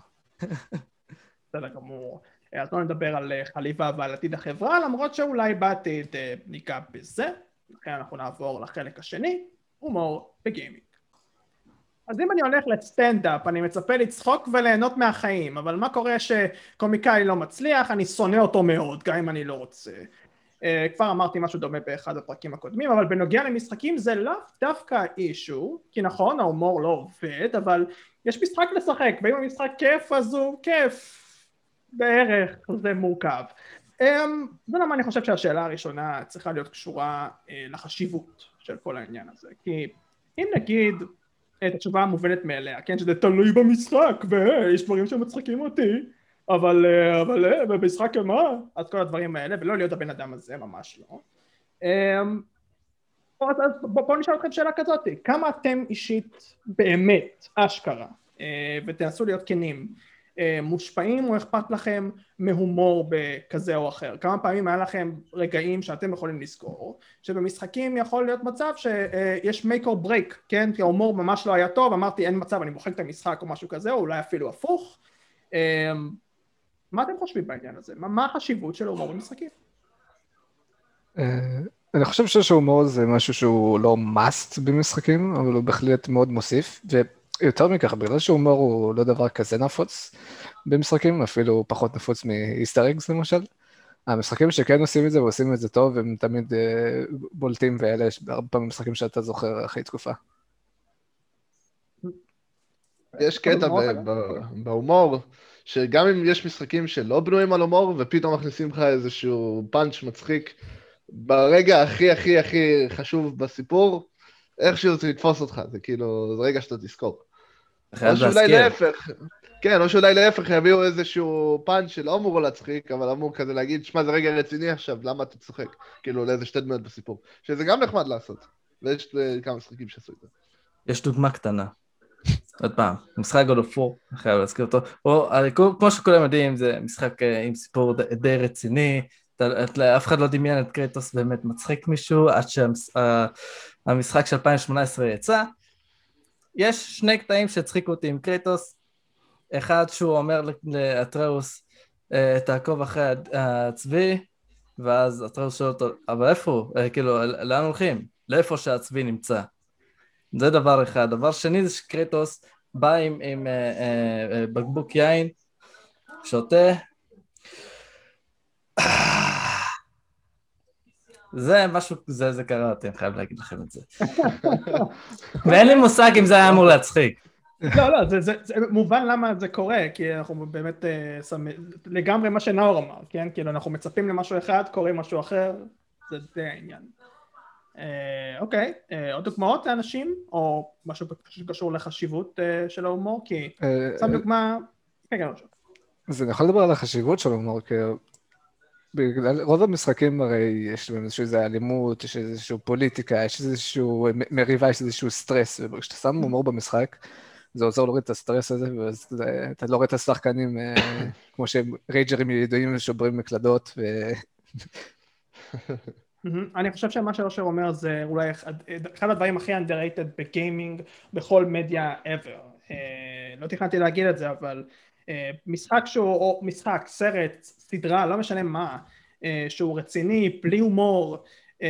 בסדר גמור. אז לא נדבר על חליבה ועל עתיד החברה, למרות שאולי בעתיד ניגע בזה. לכן אנחנו נעבור לחלק השני, הומור וגיימינג. אז אם אני הולך לסטנדאפ, אני מצפה לצחוק וליהנות מהחיים, אבל מה קורה שקומיקאי לא מצליח? אני שונא אותו מאוד, גם אם אני לא רוצה. כבר אמרתי משהו דומה באחד הפרקים הקודמים, אבל בנוגע למשחקים זה לא דווקא אישו, כי נכון, ההומור לא עובד, אבל יש משחק לשחק, ואם המשחק כיף, אז הוא כיף, בערך, זה מורכב. זה למה אני חושב שהשאלה הראשונה צריכה להיות קשורה לחשיבות של כל העניין הזה, כי אם נגיד את התשובה המובנת מאליה, כן, שזה תלוי במשחק, ויש דברים שמצחיקים אותי, אבל, אבל, במשחק מה? אז כל הדברים האלה, ולא להיות הבן אדם הזה, ממש לא. אז בואו נשאל אתכם שאלה כזאת, כמה אתם אישית באמת, אשכרה, ותנסו להיות כנים, מושפעים או אכפת לכם מהומור בכזה או אחר? כמה פעמים היה לכם רגעים שאתם יכולים לזכור, שבמשחקים יכול להיות מצב שיש make or break, כן? כי ההומור ממש לא היה טוב, אמרתי אין מצב, אני מוחק את המשחק או משהו כזה, או אולי אפילו הפוך. מה אתם חושבים בעניין הזה? מה החשיבות של ההומור במשחקים? אני חושב שההומור זה משהו שהוא לא must במשחקים, אבל הוא בהחלט מאוד מוסיף, ויותר מכך, בגלל שההומור הוא לא דבר כזה נפוץ במשחקים, אפילו פחות נפוץ מאיסטר אגס למשל, המשחקים שכן עושים את זה ועושים את זה טוב, הם תמיד בולטים, ואלה יש הרבה פעמים משחקים שאתה זוכר אחרי תקופה. יש קטע בהומור, שגם אם יש משחקים שלא בנויים על הומור, ופתאום מכניסים לך איזשהו פאנץ' מצחיק, ברגע הכי הכי הכי חשוב בסיפור, איכשהו זה לתפוס אותך, זה כאילו, זה רגע שאתה תזכור. או שאולי להפך, כן, או שאולי להפך יביאו איזשהו פאנץ' שלא אמור להצחיק, אבל אמור כזה להגיד, שמה זה רגע רציני עכשיו, למה אתה צוחק? כאילו, לאיזה שתי דמיות בסיפור. שזה גם נחמד לעשות, ויש כמה משחקים שעשו את זה. יש דוגמה קטנה. עוד פעם, משחק God of War, אני חייב להזכיר אותו, או, כמו שכולם יודעים, זה משחק עם סיפור די רציני, אף אחד לא דמיין את קרייטוס באמת מצחיק מישהו, עד שהמשחק של אלפיים שמונה עשרה יצא, יש שני קטעים שהצחיקו אותי עם קרייטוס, אחד שהוא אומר לאטראוס, תעקוב אחרי הצבי, ואז אטראוס שואל אותו, אבל איפה הוא? כאילו, לאן הולכים? לאיפה שהצבי נמצא? זה דבר אחד. דבר שני זה שקרייטוס בא עם, עם אה, אה, בקבוק יין, שותה, זה משהו, זה, זה קרה אותי, אני חייב להגיד לכם את זה. ואין לי מושג אם זה היה אמור להצחיק. לא, לא, זה, זה, זה מובן למה זה קורה, כי אנחנו באמת אה, שמים, לגמרי מה שנאור אמר, כן? כאילו אנחנו מצפים למשהו אחד, קוראים משהו אחר, זה די העניין. אה, אוקיי, אה, עוד דוגמאות לאנשים, או משהו שקשור לחשיבות אה, של ההומור, כי שם דוגמה, כן, כן, אז אני יכול לדבר על החשיבות של ההומור, כי בגלל רוב המשחקים הרי יש להם איזושהי אלימות, יש איזושהי פוליטיקה, יש איזושהי מריבה, יש איזשהו סטרס, וכשאתה שם הומור במשחק, זה עוזר להוריד את הסטרס הזה, ואתה לא רואה את השחקנים כמו שהם רייג'רים ידועים ושוברים מקלדות. אני חושב שמה שאושר אומר זה אולי אחד הדברים הכי underrated בגיימינג בכל מדיה ever. לא תכננתי להגיד את זה, אבל משחק שהוא, או משחק, סרט, סדרה, לא משנה מה, שהוא רציני, בלי הומור,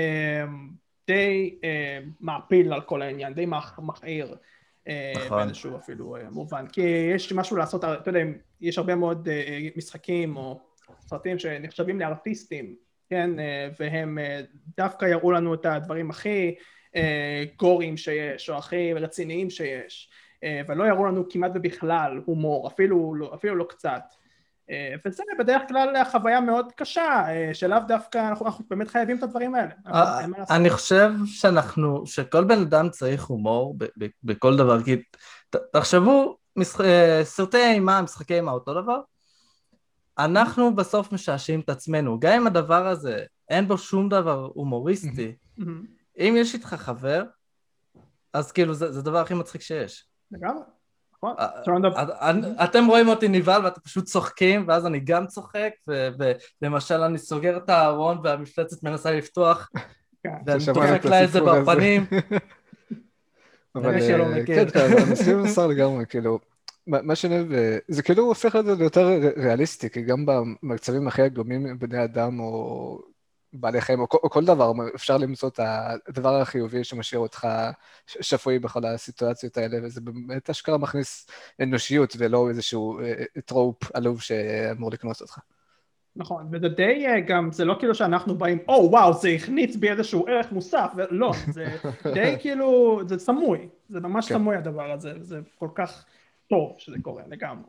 די מעפיל על כל העניין, די מכעיר. באיזשהו אפילו מובן, כי יש משהו לעשות, אתה יודע, יש הרבה מאוד משחקים או סרטים שנחשבים לארטיסטים, כן, והם דווקא יראו לנו את הדברים הכי גורים שיש, או הכי רציניים שיש, ולא יראו לנו כמעט ובכלל הומור, אפילו, אפילו לא קצת, וזה בדרך כלל חוויה מאוד קשה, שלאו דווקא אנחנו, אנחנו באמת חייבים את הדברים האלה. אני חושב שאנחנו, שכל בן אדם צריך הומור ב- ב- בכל דבר, כי ת- תחשבו, משח... סרטי אימה, משחקי אימה אותו דבר, אנחנו בסוף משעשעים את עצמנו, גם אם הדבר הזה אין בו שום דבר הומוריסטי, אם יש איתך חבר, אז כאילו זה, זה הדבר הכי מצחיק שיש. לגמרי. אתם רואים אותי נבהל ואתם פשוט צוחקים, ואז אני גם צוחק, ולמשל אני סוגר את הארון והמפלצת מנסה לפתוח, ואני דוחק לה את זה בפנים. אבל כן, אני מסכים לשר לגמרי, כאילו, מה שאני, זה כאילו הופך את זה ליותר ריאליסטי, כי גם במצבים הכי עגומים בני אדם או בעלי חיים, או כל דבר, אפשר למצוא את הדבר החיובי שמשאיר אותך שפוי בכל הסיטואציות האלה, וזה באמת אשכרה מכניס אנושיות, ולא איזשהו טרופ עלוב שאמור לקנוס אותך. נכון, וזה די גם, זה לא כאילו שאנחנו באים, או וואו, זה הכניס בי איזשהו ערך מוסף, לא, זה די כאילו, זה סמוי, זה ממש סמוי הדבר הזה, זה כל כך טוב שזה קורה לגמרי.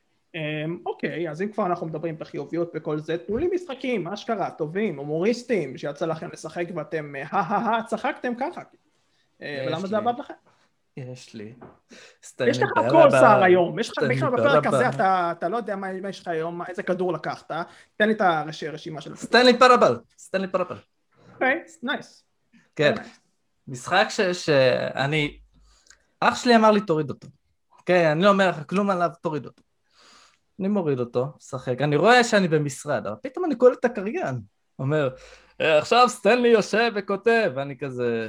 אוקיי, אז אם כבר אנחנו מדברים בחיוביות בכל זה, תנו לי משחקים, אשכרה, טובים, הומוריסטים, שיצא לכם לשחק ואתם, הא-הא-הא, צחקתם ככה. ולמה זה עבד לכם? יש לי. יש לך כל שר היום, יש לך בכלל בפרק הזה, אתה לא יודע מה יש לך היום, איזה כדור לקחת, תן לי את הרשימה של... סטנלי פרבל, סטנלי פרבל. אוקיי, נייס. כן, משחק שאני, אח שלי אמר לי תוריד אותו. אוקיי, אני לא אומר לך כלום עליו, תוריד אותו. אני מוריד אותו, שחק, אני רואה שאני במשרד, אבל פתאום אני קורא את הקריין, אומר, עכשיו סטנלי יושב וכותב, ואני כזה,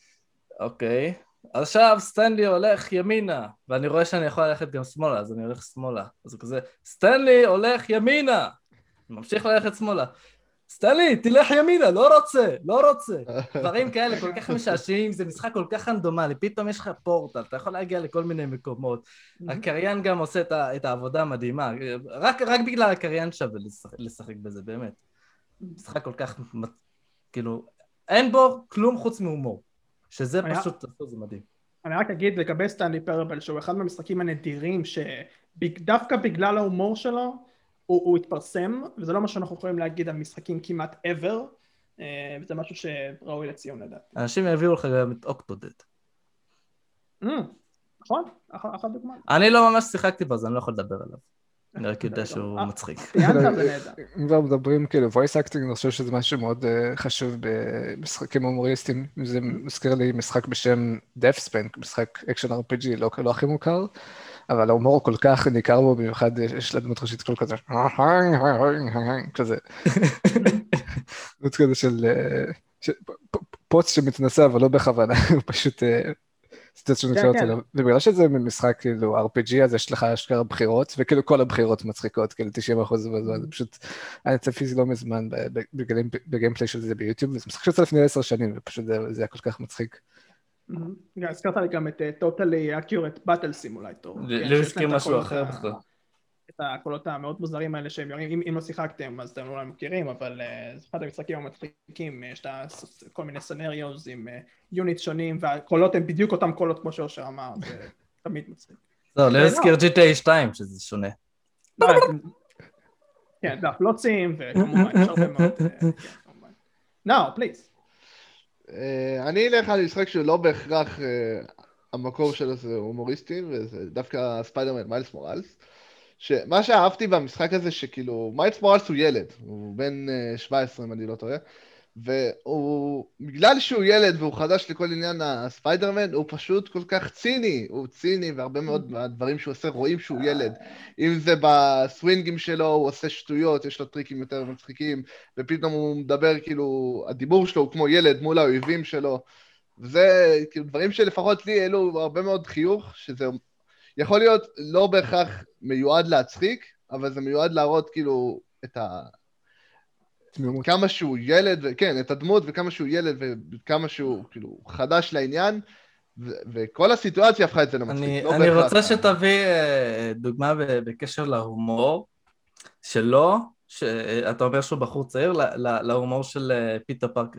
אוקיי, עכשיו סטנלי הולך ימינה, ואני רואה שאני יכול ללכת גם שמאלה, אז אני הולך שמאלה, אז הוא כזה, סטנלי הולך ימינה, אני ממשיך ללכת שמאלה, סטנלי, תלך ימינה, לא רוצה, לא רוצה, דברים כאלה כל כך משעשעים, זה משחק כל כך רנדומלי, פתאום יש לך פורטל, אתה יכול להגיע לכל מיני מקומות, הקריין גם עושה את העבודה המדהימה, רק בגלל הקריין שווה לשחק בזה, באמת, משחק כל כך, כאילו, אין בו כלום חוץ מהומור, שזה פשוט, זה מדהים. אני רק אגיד לגבי סטנלי פרבל, שהוא אחד מהמשחקים הנדירים, שדווקא בגלל ההומור שלו, הוא, הוא התפרסם, וזה לא מה שאנחנו יכולים להגיד על משחקים כמעט ever, וזה משהו שראוי לציון לדעת. אנשים יביאו לך גם את אוקטודד. נכון, אחת דוגמה. אני לא ממש שיחקתי בו, אז אני לא יכול לדבר עליו. אני רק יודע שהוא מצחיק. ציינת זה נהדר. אם כבר מדברים כאילו voice acting, אני חושב שזה משהו מאוד חשוב במשחקים הומוריסטיים. זה מזכיר לי משחק בשם Deathspank, משחק אקשן אר פי ג'י, לא הכי מוכר, אבל ההומור כל כך ניכר בו, במיוחד יש לדמות ראשית כל כזה, כזה. דמות כזה של פוץ שמתנסה, אבל לא בכוונה, הוא פשוט... ובגלל שזה משחק כאילו אר פי ג'י, אז יש לך אשכרה בחירות, וכאילו כל הבחירות מצחיקות, כאילו תשעים אחוז בזמן, זה פשוט, אני צפיתי לא מזמן בגיימפליי של זה ביוטיוב, וזה משחק שיצא לפני עשר שנים, ופשוט זה היה כל כך מצחיק. הזכרת לי גם את Totally Accurate Battle Simulator. לי הזכיר משהו אחר בכלל. את הקולות המאוד מוזרים האלה שהם יורים, אם, אם לא שיחקתם אז אתם אולי מכירים, אבל uh, זה אחד המשחקים המצחיקים, יש את כל מיני סנריוז עם יוניט uh, שונים, והקולות הם בדיוק אותם קולות כמו שאושר אמר, זה תמיד מצחיק. לא, לא הזכיר ג'י טי איי שתיים שזה שונה. כן, והפלוצים, וכמובן, יש הרבה מאוד, כמובן. Now, please. אני אלך על משחק שהוא לא בהכרח המקור שלו זה הומוריסטי, וזה דווקא ספיידרמן מיילס מוראלס. שמה שאהבתי במשחק הזה שכאילו, מיילס מוראלס הוא ילד, הוא בן שבע עשרה אם אני לא טועה, והוא, בגלל שהוא ילד והוא חדש לכל עניין הספיידרמן, הוא פשוט כל כך ציני, הוא ציני, והרבה מאוד מהדברים שהוא עושה רואים שהוא ילד. אם זה בסווינגים שלו, הוא עושה שטויות, יש לו טריקים יותר מצחיקים, ופתאום הוא מדבר כאילו, הדיבור שלו הוא כמו ילד מול האויבים שלו, וזה כאילו דברים שלפחות לי אלו הרבה מאוד חיוך, שזה יכול להיות לא בהכרח מיועד להצחיק, אבל זה מיועד להראות כאילו את ה... דמות. כמה שהוא ילד, ו... כן, את הדמות וכמה שהוא ילד וכמה שהוא כאילו חדש לעניין, ו... וכל הסיטואציה הפכה את זה למצחיק. אני, לא אני בהכרח. רוצה שתביא דוגמה בקשר להומור שלו, שאתה אומר שהוא בחור צעיר, להומור של פיטר פארקר.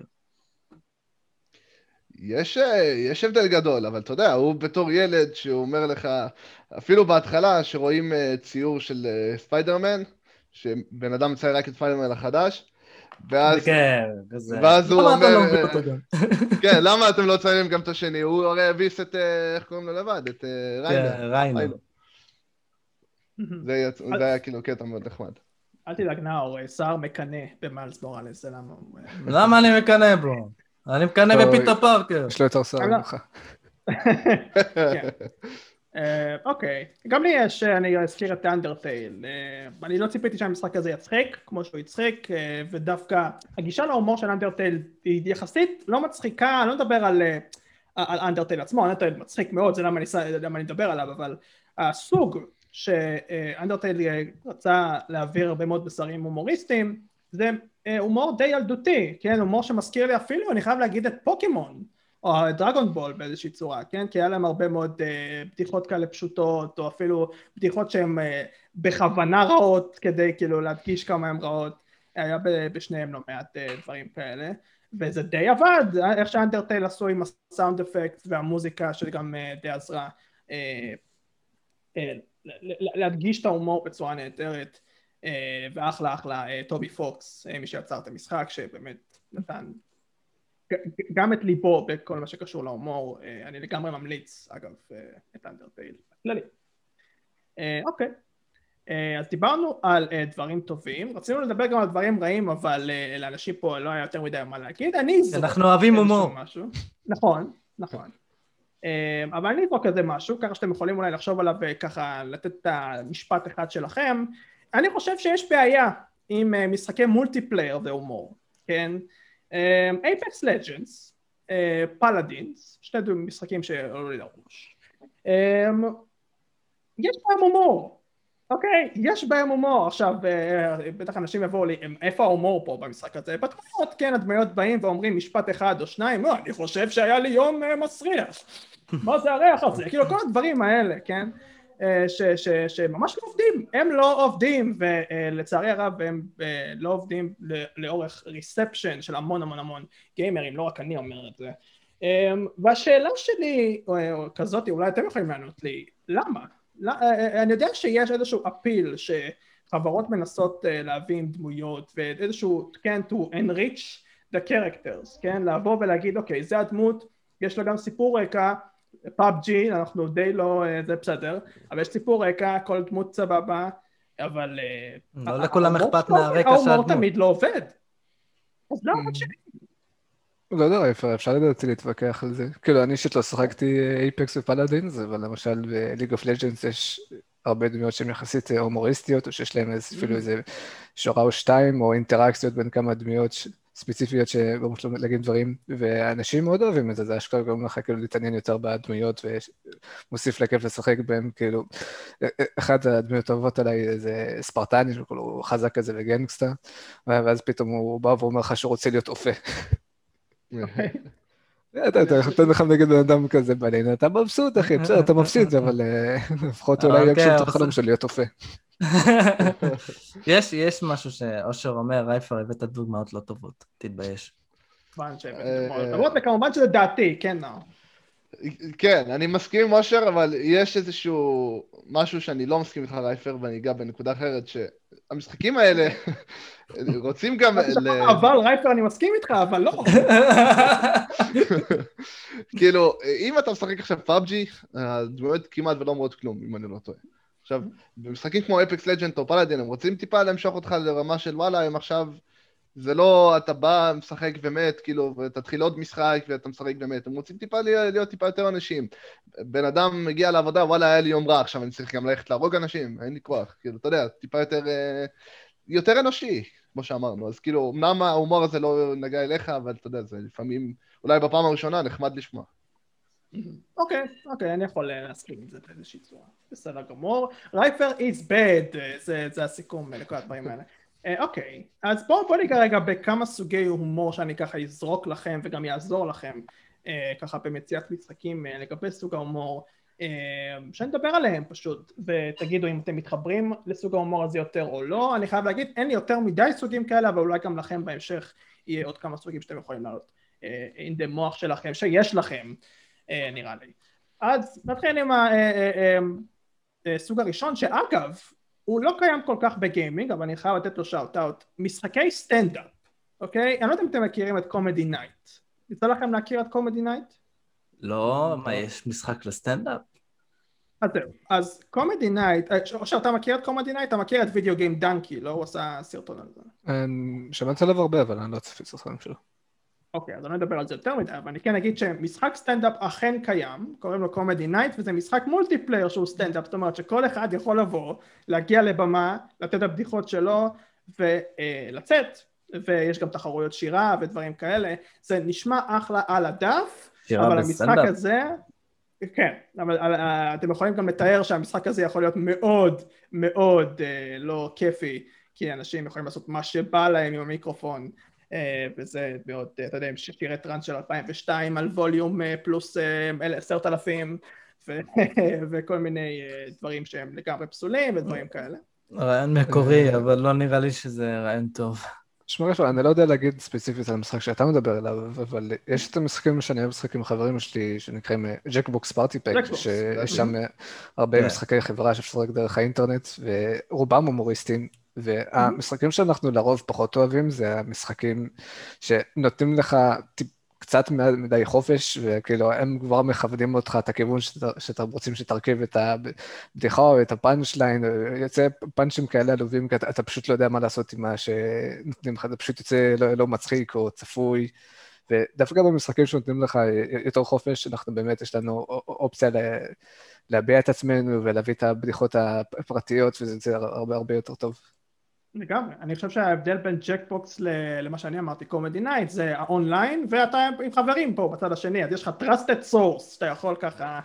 יש, יש הבדל גדול, אבל אתה יודע, הוא בתור ילד שהוא אומר לך, אפילו בהתחלה שרואים ציור של ספיידרמן, שבן אדם מצייר רק את ספיידרמן החדש, ואז, כן, כזה. ואז הוא אומר, למה אתה לא מביא אותו גם? כן, למה אתם לא ציירים גם את השני? הוא הרי הביס את, איך קוראים לו לבד? את ריינר. כן, ריינר. זה היה כאילו קטע מאוד נחמד. אל תדאג נאור, שר מקנה במיילס מוראלס, זה למה... למה אני מקנה בו? אני מקנה בפיטר פארקר. יש לו יותר שר ממך. כן. אוקיי, גם לי יש, אני אזכיר את אנדרטייל, אני לא ציפיתי שהמשחק הזה יצחיק, כמו שהוא יצחיק, ודווקא הגישה להומור של אנדרטייל היא יחסית לא מצחיקה, אני לא מדבר על אנדרטייל עצמו, אנדרטייל מצחיק מאוד, זה למה אני מדבר עליו, אבל הסוג שאנדרטייל רצה להעביר הרבה מאוד בשרים הומוריסטיים, זה הומור די ילדותי, כן, הומור שמזכיר לי אפילו, אני חייב להגיד את פוקימון, או דרגון בול באיזושהי צורה, כן? כי היה להם הרבה מאוד uh, בדיחות כאלה פשוטות, או אפילו בדיחות שהן uh, בכוונה רעות, כדי כאילו להדגיש כמה הן רעות, היה בשניהם לא מעט uh, דברים כאלה, וזה די עבד, איך שאנדרטייל עשו עם הסאונד אפקט והמוזיקה שגם uh, די עזרה, uh, uh, להדגיש את ההומור בצורה נהדרת, uh, ואחלה אחלה uh, טובי פוקס, uh, מי שיצר את המשחק, שבאמת נתן גם את ליבו בכל מה שקשור להומור, אני לגמרי ממליץ, אגב, את אנדרטייל כללי. אוקיי, אז דיברנו על דברים טובים, רצינו לדבר גם על דברים רעים, אבל לאנשים פה לא היה יותר מדי מה להגיד, אני זרוק. אנחנו אוהבים הומור. נכון, נכון. אבל אני אזרוק כזה משהו, ככה שאתם יכולים אולי לחשוב עליו וככה לתת את המשפט אחד שלכם. אני חושב שיש בעיה עם משחקי מולטיפלייר והומור, כן? אייפקס לג'נדס, פלאדינס, שני משחקים שעלו לי לראש. יש בהם הומור, אוקיי? יש בהם הומור. עכשיו, בטח אנשים יבואו לי, איפה ההומור פה במשחק הזה? בדמויות, כן, הדמויות באים ואומרים משפט אחד או שניים, אני חושב שהיה לי יום מסריח. מה זה הריח הזה? כאילו, כל הדברים האלה, כן? ש, ש, שממש לא עובדים, הם לא עובדים, ולצערי הרב הם לא עובדים לאורך ריספשן של המון המון המון גיימרים, לא רק אני אומר את זה. והשאלה שלי כזאת, אולי אתם יכולים לענות לי, למה? אני יודע שיש איזשהו אפיל שחברות מנסות להביא עם דמויות, ואיזשהו, כן, to enrich the characters, כן, לבוא ולהגיד, אוקיי, זה הדמות, יש לה גם סיפור רקע, פאבג'י, אנחנו די לא, זה בסדר, אבל יש סיפור רקע, כל דמות סבבה, אבל... לא לכולם אכפת מהרקע של הדמות. ההומור תמיד לא עובד. אז למה שני? לא יודע, אפשר לדעתי להתווכח על זה. כאילו, אני אישית לא שחקתי אייפקס ופלאדינס, אבל למשל בליג אוף לג'נדס יש הרבה דמויות שהן יחסית הומוריסטיות, או שיש להם אפילו איזה שורה או שתיים, או אינטראקציות בין כמה דמויות ספציפיות שגורמות להגיד דברים, ואנשים מאוד אוהבים את זה, זה אשכרה גורם לך כאילו להתעניין יותר בדמויות, ומוסיף לכיף לשחק בהם, כאילו, אחת הדמויות האהובות עליי זה ספרטני, הוא חזק כזה וגנגסטר, ואז פתאום הוא בא ואומר לך שהוא רוצה להיות אופה. אתה נותן לך נגד בן אדם כזה בליין, אתה מבסוט אחי, בסדר, אתה מפסיד, אבל לפחות אולי יגשים את החלום של להיות אופה. יש, יש משהו שאושר אומר, רייפר, הבאת דוגמאות לא טובות, תתבייש. כמובן שהבאתי דוגמאות טובות, וכמובן שזה דעתי, כן, נאור. כן, אני מסכים עם אושר, אבל יש איזשהו משהו שאני לא מסכים איתך רייפר, ואני אגע בנקודה אחרת, שהמשחקים האלה רוצים גם... אבל רייפר, אני מסכים איתך, אבל לא. כאילו, אם אתה משחק עכשיו פאבג'י, הדמויות כמעט ולא אומרות כלום, אם אני לא טועה. עכשיו, במשחקים כמו אפקס לג'נד או פלאדין, הם רוצים טיפה למשוך אותך לרמה של וואלה, הם עכשיו... זה לא, אתה בא, משחק ומת, כאילו, ותתחיל עוד משחק, ואתה משחק ומת. הם רוצים טיפה להיות, להיות טיפה יותר אנשים. בן אדם מגיע לעבודה, וואלה, היה לי יום רע, עכשיו אני צריך גם ללכת להרוג אנשים, אין לי כוח. כאילו, אתה יודע, טיפה יותר, יותר אנושי, כמו שאמרנו. אז כאילו, אמנם ההומור הזה לא נגע אליך, אבל אתה יודע, זה לפעמים, אולי בפעם הראשונה, נחמד לשמוע. אוקיי, אוקיי, אני יכול להסכים עם זה באיזושהי צורה. בסדר גמור. רייפר is bad, זה, זה הסיכום לכל הדברים האלה. אוקיי, אז בואו בוא ניגע רגע בכמה סוגי הומור שאני ככה אזרוק לכם וגם יעזור לכם ככה במציאת משחקים לגבי סוג ההומור שאני אדבר עליהם פשוט, ותגידו אם אתם מתחברים לסוג ההומור הזה יותר או לא. אני חייב להגיד, אין לי יותר מדי סוגים כאלה, אבל אולי גם לכם בהמשך יהיה עוד כמה סוגים שאתם יכולים לעלות in the מוח שלכם, שיש לכם, נראה לי. אז נתחיל עם הסוג הראשון, שאגב, הוא לא קיים כל כך בגיימינג, אבל אני חייב לתת לו שאוט-אוט. משחקי סטנדאפ, אוקיי? אני לא יודע אם אתם מכירים את קומדי נייט. יצא לכם להכיר את קומדי נייט? לא, מה, יש משחק לסטנדאפ? אז זהו. אז קומדי נייט, או שאתה מכיר את קומדי נייט, אתה מכיר את וידאו גיים דנקי, לא? הוא עושה סרטון על זה. שמעתי עליו הרבה, אבל אני לא צפיתי סרטונים שלו. אוקיי, אז אני לא אדבר על זה יותר מדי, אבל אני כן אגיד שמשחק סטנדאפ אכן קיים, קוראים לו קומדי נייט, וזה משחק מולטיפלייר שהוא סטנדאפ, זאת אומרת שכל אחד יכול לבוא, להגיע לבמה, לתת את הבדיחות שלו, ולצאת, ויש גם תחרויות שירה ודברים כאלה. זה נשמע אחלה על הדף, אבל המשחק הזה, כן, אבל אתם יכולים גם לתאר שהמשחק הזה יכול להיות מאוד מאוד לא כיפי, כי אנשים יכולים לעשות מה שבא להם עם המיקרופון, וזה מאוד, אתה יודע, שירי טרנס של אלפיים ושתיים על ווליום פלוס עשרת אלפים וכל מיני דברים שהם לגמרי פסולים ודברים כאלה. רעיון מקורי, אבל לא נראה לי שזה רעיון טוב. שמע רפר, אני לא יודע להגיד ספציפית על המשחק שאתה מדבר אליו, אבל יש את המשחקים שאני אוהב משחקים עם חברים שלי שנקראים ג'קבוקס פארטי פק, שיש שם הרבה משחקי חברה שאפשר רק דרך האינטרנט, ורובם הומוריסטים, והמשחקים שאנחנו לרוב פחות אוהבים זה המשחקים שנותנים לך קצת מדי חופש, וכאילו הם כבר מכבדים אותך את הכיוון שאתה רוצים שתרכיב את הבדיחה או את הפאנץ' ליין, יוצא פאנצ'ים כאלה עלובים, כי אתה פשוט לא יודע מה לעשות עם מה שנותנים לך, זה פשוט יוצא לא מצחיק או צפוי, ודווקא במשחקים שנותנים לך יותר חופש, אנחנו באמת, יש לנו אופציה להביע את עצמנו ולהביא את הבדיחות הפרטיות, וזה הרבה הרבה יותר טוב. לגמרי, אני חושב שההבדל בין ג'קבוקס למה שאני אמרתי, קומדי נייט, זה האונליין, ואתה עם חברים פה בצד השני, אז יש לך trusted source, שאתה יכול ככה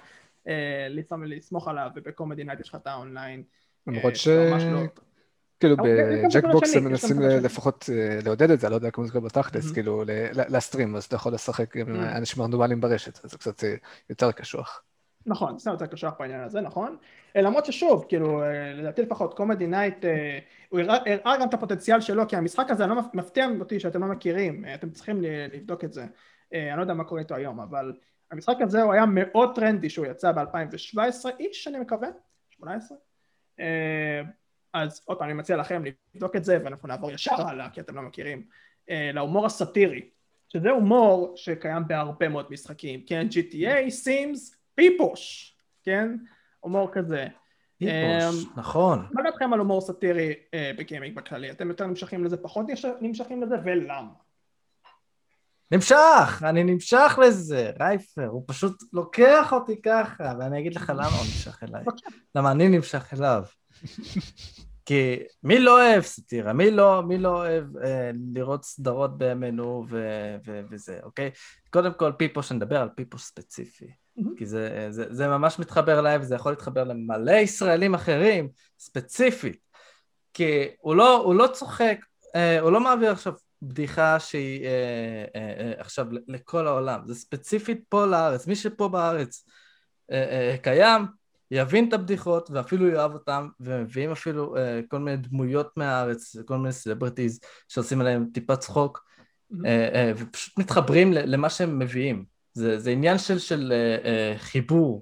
לסמוך עליו, ובקומדי נייט יש לך את האונליין. למרות ש... כאילו בג'קבוקס הם מנסים לפחות לעודד את זה, לא יודע כמו זה קורה בתכלס, כאילו להסטרים, אז אתה יכול לשחק עם אנשים רנדומליים ברשת, אז זה קצת יותר קשוח. נכון, זה יותר קשוח בעניין הזה, נכון? למרות ששוב, כאילו, לדעתי לפחות, קומדי נייט, הוא הראה גם את הפוטנציאל שלו, כי המשחק הזה, אני לא מפתיע אותי שאתם לא מכירים, אתם צריכים לבדוק את זה, אני לא יודע מה קורה איתו היום, אבל המשחק הזה הוא היה מאוד טרנדי שהוא יצא ב-אלפיים שבע עשרה איש, אני מקווה, שמונה עשרה, אז עוד פעם, אני מציע לכם לבדוק את זה, ואנחנו נעבור ישר הלאה, כי אתם לא מכירים, להומור הסאטירי, שזה הומור שקיים בהרבה מאוד משחקים, כן, ג'י טי איי, Sims, פיפוש, כן? הומור כזה. פיפוש, נכון. מה דעתכם על הומור סאטירי בגיימינג בכללי? אתם יותר נמשכים לזה, פחות נמשכים לזה, ולמה? נמשך, אני נמשך לזה, רייפר, הוא פשוט לוקח אותי ככה, ואני אגיד לך למה הוא נמשך אליי. למה אני נמשך אליו. כי מי לא אוהב סאטירה, מי לא, מי לא אוהב אה, לראות סדרות בימינו ו- ו- וזה, אוקיי? קודם כל פיפוש, נדבר על פיפוש ספציפי, mm-hmm. כי זה, זה, זה ממש מתחבר אליי, וזה יכול להתחבר למלא ישראלים אחרים, ספציפית, כי הוא לא, הוא לא צוחק, אה, הוא לא מעביר עכשיו בדיחה שהיא אה, אה, אה, עכשיו לכל העולם, זה ספציפית פה לארץ, מי שפה בארץ אה, אה, קיים, יבין את הבדיחות ואפילו יאהב אותם, ומביאים אפילו uh, כל מיני דמויות מהארץ, כל מיני סלבריטיז שעושים עליהם טיפה צחוק, uh, uh, ופשוט מתחברים למה שהם מביאים. זה, זה עניין של, של uh, uh, חיבור,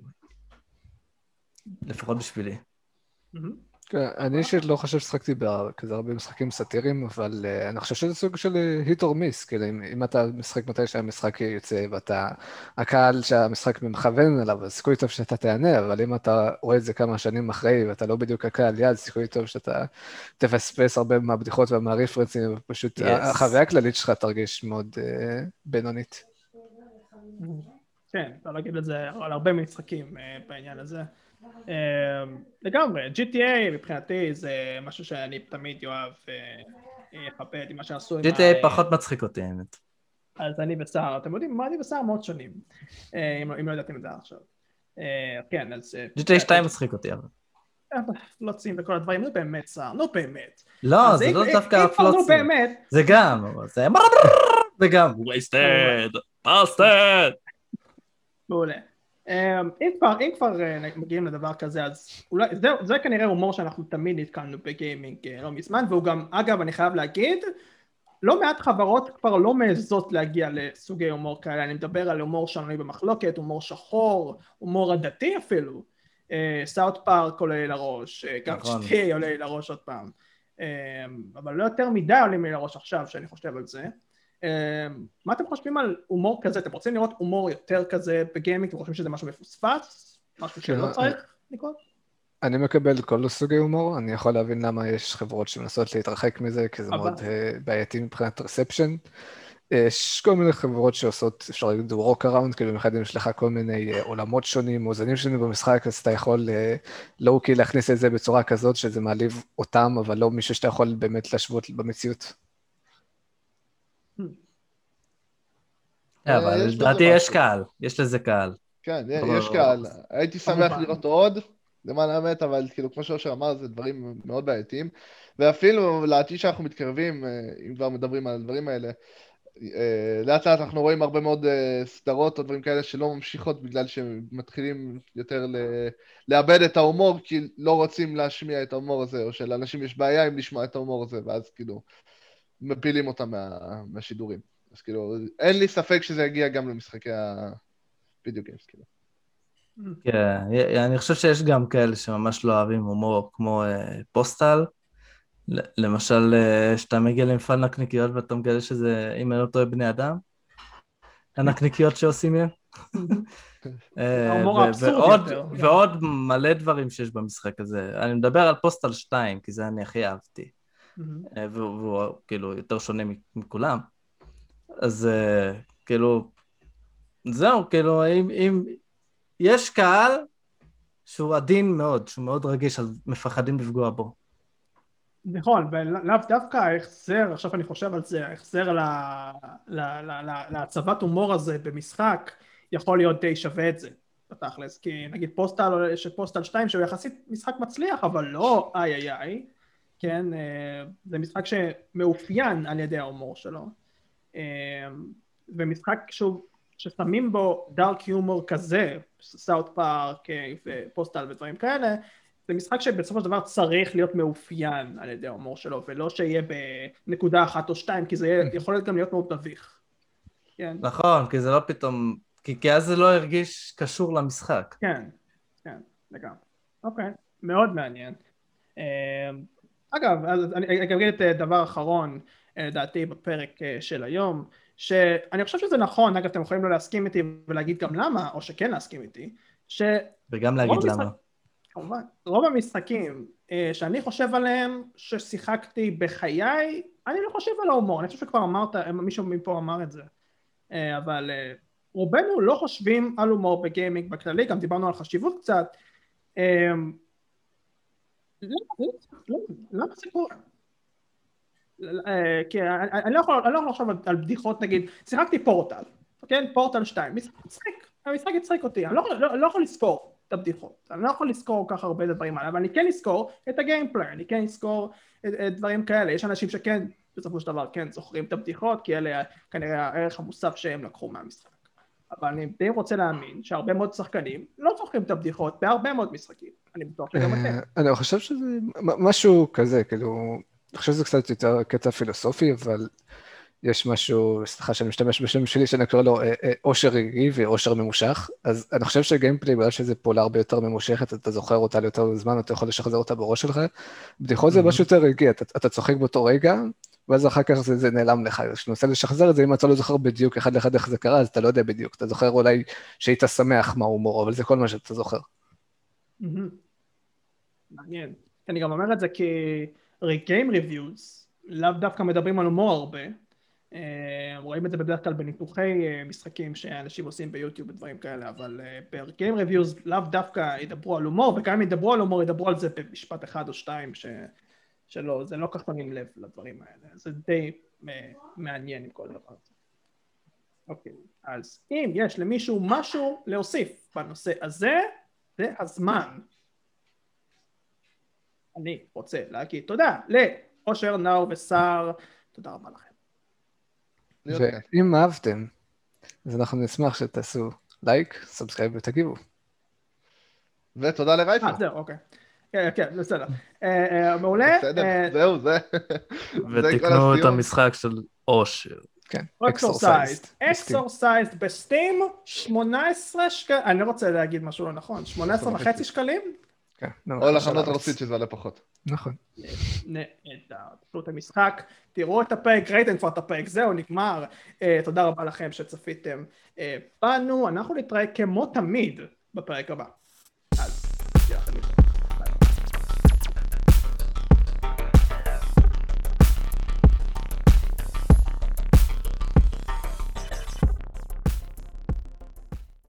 לפחות בשבילי. אני אישית לא חושב ששחקתי בכזה הרבה משחקים סאטיריים, אבל אני חושב שזה סוג של היט אור מיס, כאילו אם אתה משחק מתי שהמשחק יוצא ואתה, הקהל שהמשחק מכוון אליו, אז סיכוי טוב שאתה תענה, אבל אם אתה רואה את זה כמה שנים אחרי ואתה לא בדיוק הקהל יד, סיכוי טוב שאתה תפספס הרבה מהבדיחות ומהרפרנסים, ופשוט החוויה הכללית שלך תרגיש מאוד בינונית. כן, אפשר להגיד את זה על הרבה משחקים בעניין הזה. לגמרי, ג'י טי איי מבחינתי זה משהו שאני תמיד יאהב לחפד עם מה שעשו עם ה... ג'י טי איי פחות מצחיק אותי, האמת. אז אני וסער, אתם יודעים מה אני וסער מאוד שונים, אם לא ידעתם את זה עכשיו. כן, אז... ג'י טי איי שתיים מצחיק אותי, אבל. פלוצים וכל הדברים, נו באמת סער, נו באמת. לא, זה לא דווקא הפלוצים. זה גם, זה... זה גם. wasted, busted. מעולה. אם כבר, אם כבר מגיעים לדבר כזה, אז אולי, זה, זה כנראה הומור שאנחנו תמיד נתקלנו בגיימינג לא מזמן, והוא גם, אגב, אני חייב להגיד, לא מעט חברות כבר לא מעזות להגיע לסוגי הומור כאלה, אני מדבר על הומור שנוי במחלוקת, הומור שחור, הומור עדתי אפילו, סאוט פארק עולה לי לראש, גם שתי עולה לי לראש עוד פעם, אבל לא יותר מדי עולים לי לראש עכשיו שאני חושב על זה. מה אתם חושבים על הומור כזה? אתם רוצים לראות הומור יותר כזה בגיימינג? אתם חושבים שזה משהו מפוספס? משהו שלא צריך לקרות? אני מקבל כל סוגי הומור, אני יכול להבין למה יש חברות שמנסות להתרחק מזה, כי זה מאוד בעייתי מבחינת רספשן. יש כל מיני חברות שעושות, אפשר להגיד, וורק אראונד, כאילו במיוחד אם יש לך כל מיני עולמות שונים, מאוזנים שונים במשחק, אז אתה יכול לואו-קי להכניס את זה בצורה כזאת, שזה מעליב אותם, אבל לא מישהו שאתה יכול באמת להשוות במציאות. אבל לדעתי יש קהל, יש לזה קהל. כן, יש קהל. הייתי שמח לראות עוד, למען האמת, אבל כאילו, כמו שאושר אמר, זה דברים מאוד בעייתיים, ואפילו לעתיד שאנחנו מתקרבים, אם כבר מדברים על הדברים האלה, לאט לאט אנחנו רואים הרבה מאוד סדרות או דברים כאלה שלא ממשיכות בגלל שמתחילים יותר לאבד את ההומור, כי לא רוצים להשמיע את ההומור הזה, או שלאנשים יש בעיה עם לשמוע את ההומור הזה, ואז כאילו מפילים אותם מהשידורים. אז כאילו, אין לי ספק שזה יגיע גם למשחקי הווידאו גיימס, כאילו. כן, אני חושב שיש גם כאלה שממש לא אוהבים הומור, כמו פוסטל, למשל, שאתה מגיע למפעל נקניקיות ואתה מגלה שזה, אם אני לא טועה, בני אדם, הנקניקיות שעושים מהם. ההומור האבסורדי יותר. ועוד מלא דברים שיש במשחק הזה. אני מדבר על פוסטל שתיים, כי זה אני הכי אהבתי. והוא כאילו יותר שונה מכולם. אז כאילו, זהו, כאילו, אם, אם יש קהל שהוא עדין מאוד, שהוא מאוד רגיש, אז מפחדים לפגוע בו. נכון, ולאו דווקא ההחזר, עכשיו אני חושב על זה, ההחזר להצבת הומור הזה במשחק, יכול להיות די שווה את זה, בתכלס, כי נגיד פוסטל, שפוסטל שתיים, שהוא יחסית משחק מצליח, אבל לא איי איי איי, כן, זה משחק שמאופיין על ידי ההומור שלו, ומשחק שהוא, ששמים בו דארק יומור כזה, סאוט פארק ופוסטל ודברים כאלה, זה משחק שבסופו של דבר צריך להיות מאופיין על ידי ההומור שלו, ולא שיהיה בנקודה אחת או שתיים, כי זה יכול להיות גם להיות מאוד מביך. נכון, כי זה לא פתאום, כי אז זה לא הרגיש קשור למשחק. כן, כן, לגמרי. אוקיי, מאוד מעניין. אגב, אני אגיד את דבר אחרון, דעתי בפרק של היום, שאני חושב שזה נכון, אגב, אתם יכולים לא להסכים איתי ולהגיד גם למה, או שכן להסכים איתי, ש... וגם להגיד למה. כמובן, רוב המשחקים שאני חושב עליהם, ששיחקתי בחיי, אני לא חושב על ההומור, אני חושב שכבר אמרת, מישהו מפה אמר את זה, אבל רובנו לא חושבים על הומור בגיימינג בכללי, גם דיברנו על חשיבות קצת, למה זה קורה? כי אני לא יכול לחשוב על בדיחות, נגיד, שיחקתי פורטל, כן, פורטל שתיים, המשחק יצחק אותי, אני לא יכול לזכור את הבדיחות, אני לא יכול לזכור כך הרבה דברים האלה, אבל אני כן לזכור את הגיימפליי, אני כן לזכור את דברים כאלה, יש אנשים שכן, בסופו של דבר, כן זוכרים את הבדיחות, כי אלה כנראה הערך המוסף שהם לקחו מהמשחק. אבל אני די רוצה להאמין שהרבה מאוד שחקנים לא זוכרים את הבדיחות בהרבה מאוד משחקים. אני בטוח שגם אתם. אני חושב שזה משהו כזה, כאילו, אני חושב שזה קצת יותר קטע פילוסופי, אבל יש משהו, סליחה שאני משתמש בשם שלי, שאני קורא לו אושר רגעי ואושר ממושך, אז אני חושב שגיימפלי, בגלל שזה פעולה הרבה יותר ממושכת, אתה זוכר אותה ליותר זמן, אתה יכול לשחזר אותה בראש שלך, בדיחות זה משהו יותר רגעי, אתה צוחק באותו רגע, ואז אחר כך זה נעלם לך, כשאתה מנסה לשחזר את זה, אם אתה לא זוכר בדיוק אחד לאחד איך זה קרה, אז אתה לא יודע בדיוק, אתה זוכר אולי שהיית שמח מה הומור, אבל זה כל מה שאתה זוכר. מעניין. אני גם אומר את זה כי Game Reviews לאו דווקא מדברים על הומור הרבה, רואים את זה בדרך כלל בניתוחי משחקים שאנשים עושים ביוטיוב ודברים כאלה, אבל ב-Game Reviews לאו דווקא ידברו על הומור, וגם אם ידברו על הומור, ידברו על זה במשפט אחד או שתיים, שלא, זה לא כך שמים לב לדברים האלה, זה די מעניין עם כל דבר הזה. אוקיי, אז אם יש למישהו משהו להוסיף בנושא הזה, זה הזמן. אני רוצה להגיד תודה לאושר, נאור וסער, תודה רבה לכם. ואם אהבתם, אז אנחנו נשמח שתעשו לייק, סאבסקרייב ותגיבו. ותודה לרייפה. אה, זהו, אוקיי. כן, כן, בסדר. מעולה. בסדר, זהו, זה. ותקנו את המשחק של אושר. כן, אקסורסייזד. אקסורסייזד בסטים, שמונה עשרה שקלים, אני לא רוצה להגיד משהו לא נכון, שמונה עשרה וחצי שקלים? או לחנות ארצית שזה עולה פחות. נכון. נהדר, תראו את המשחק, תראו את הפרק, ראיתם כבר את הפרק, זהו, נגמר. תודה רבה לכם שצפיתם בנו, אנחנו נתראה כמו תמיד בפרק הבא. אז, תהיה לכם.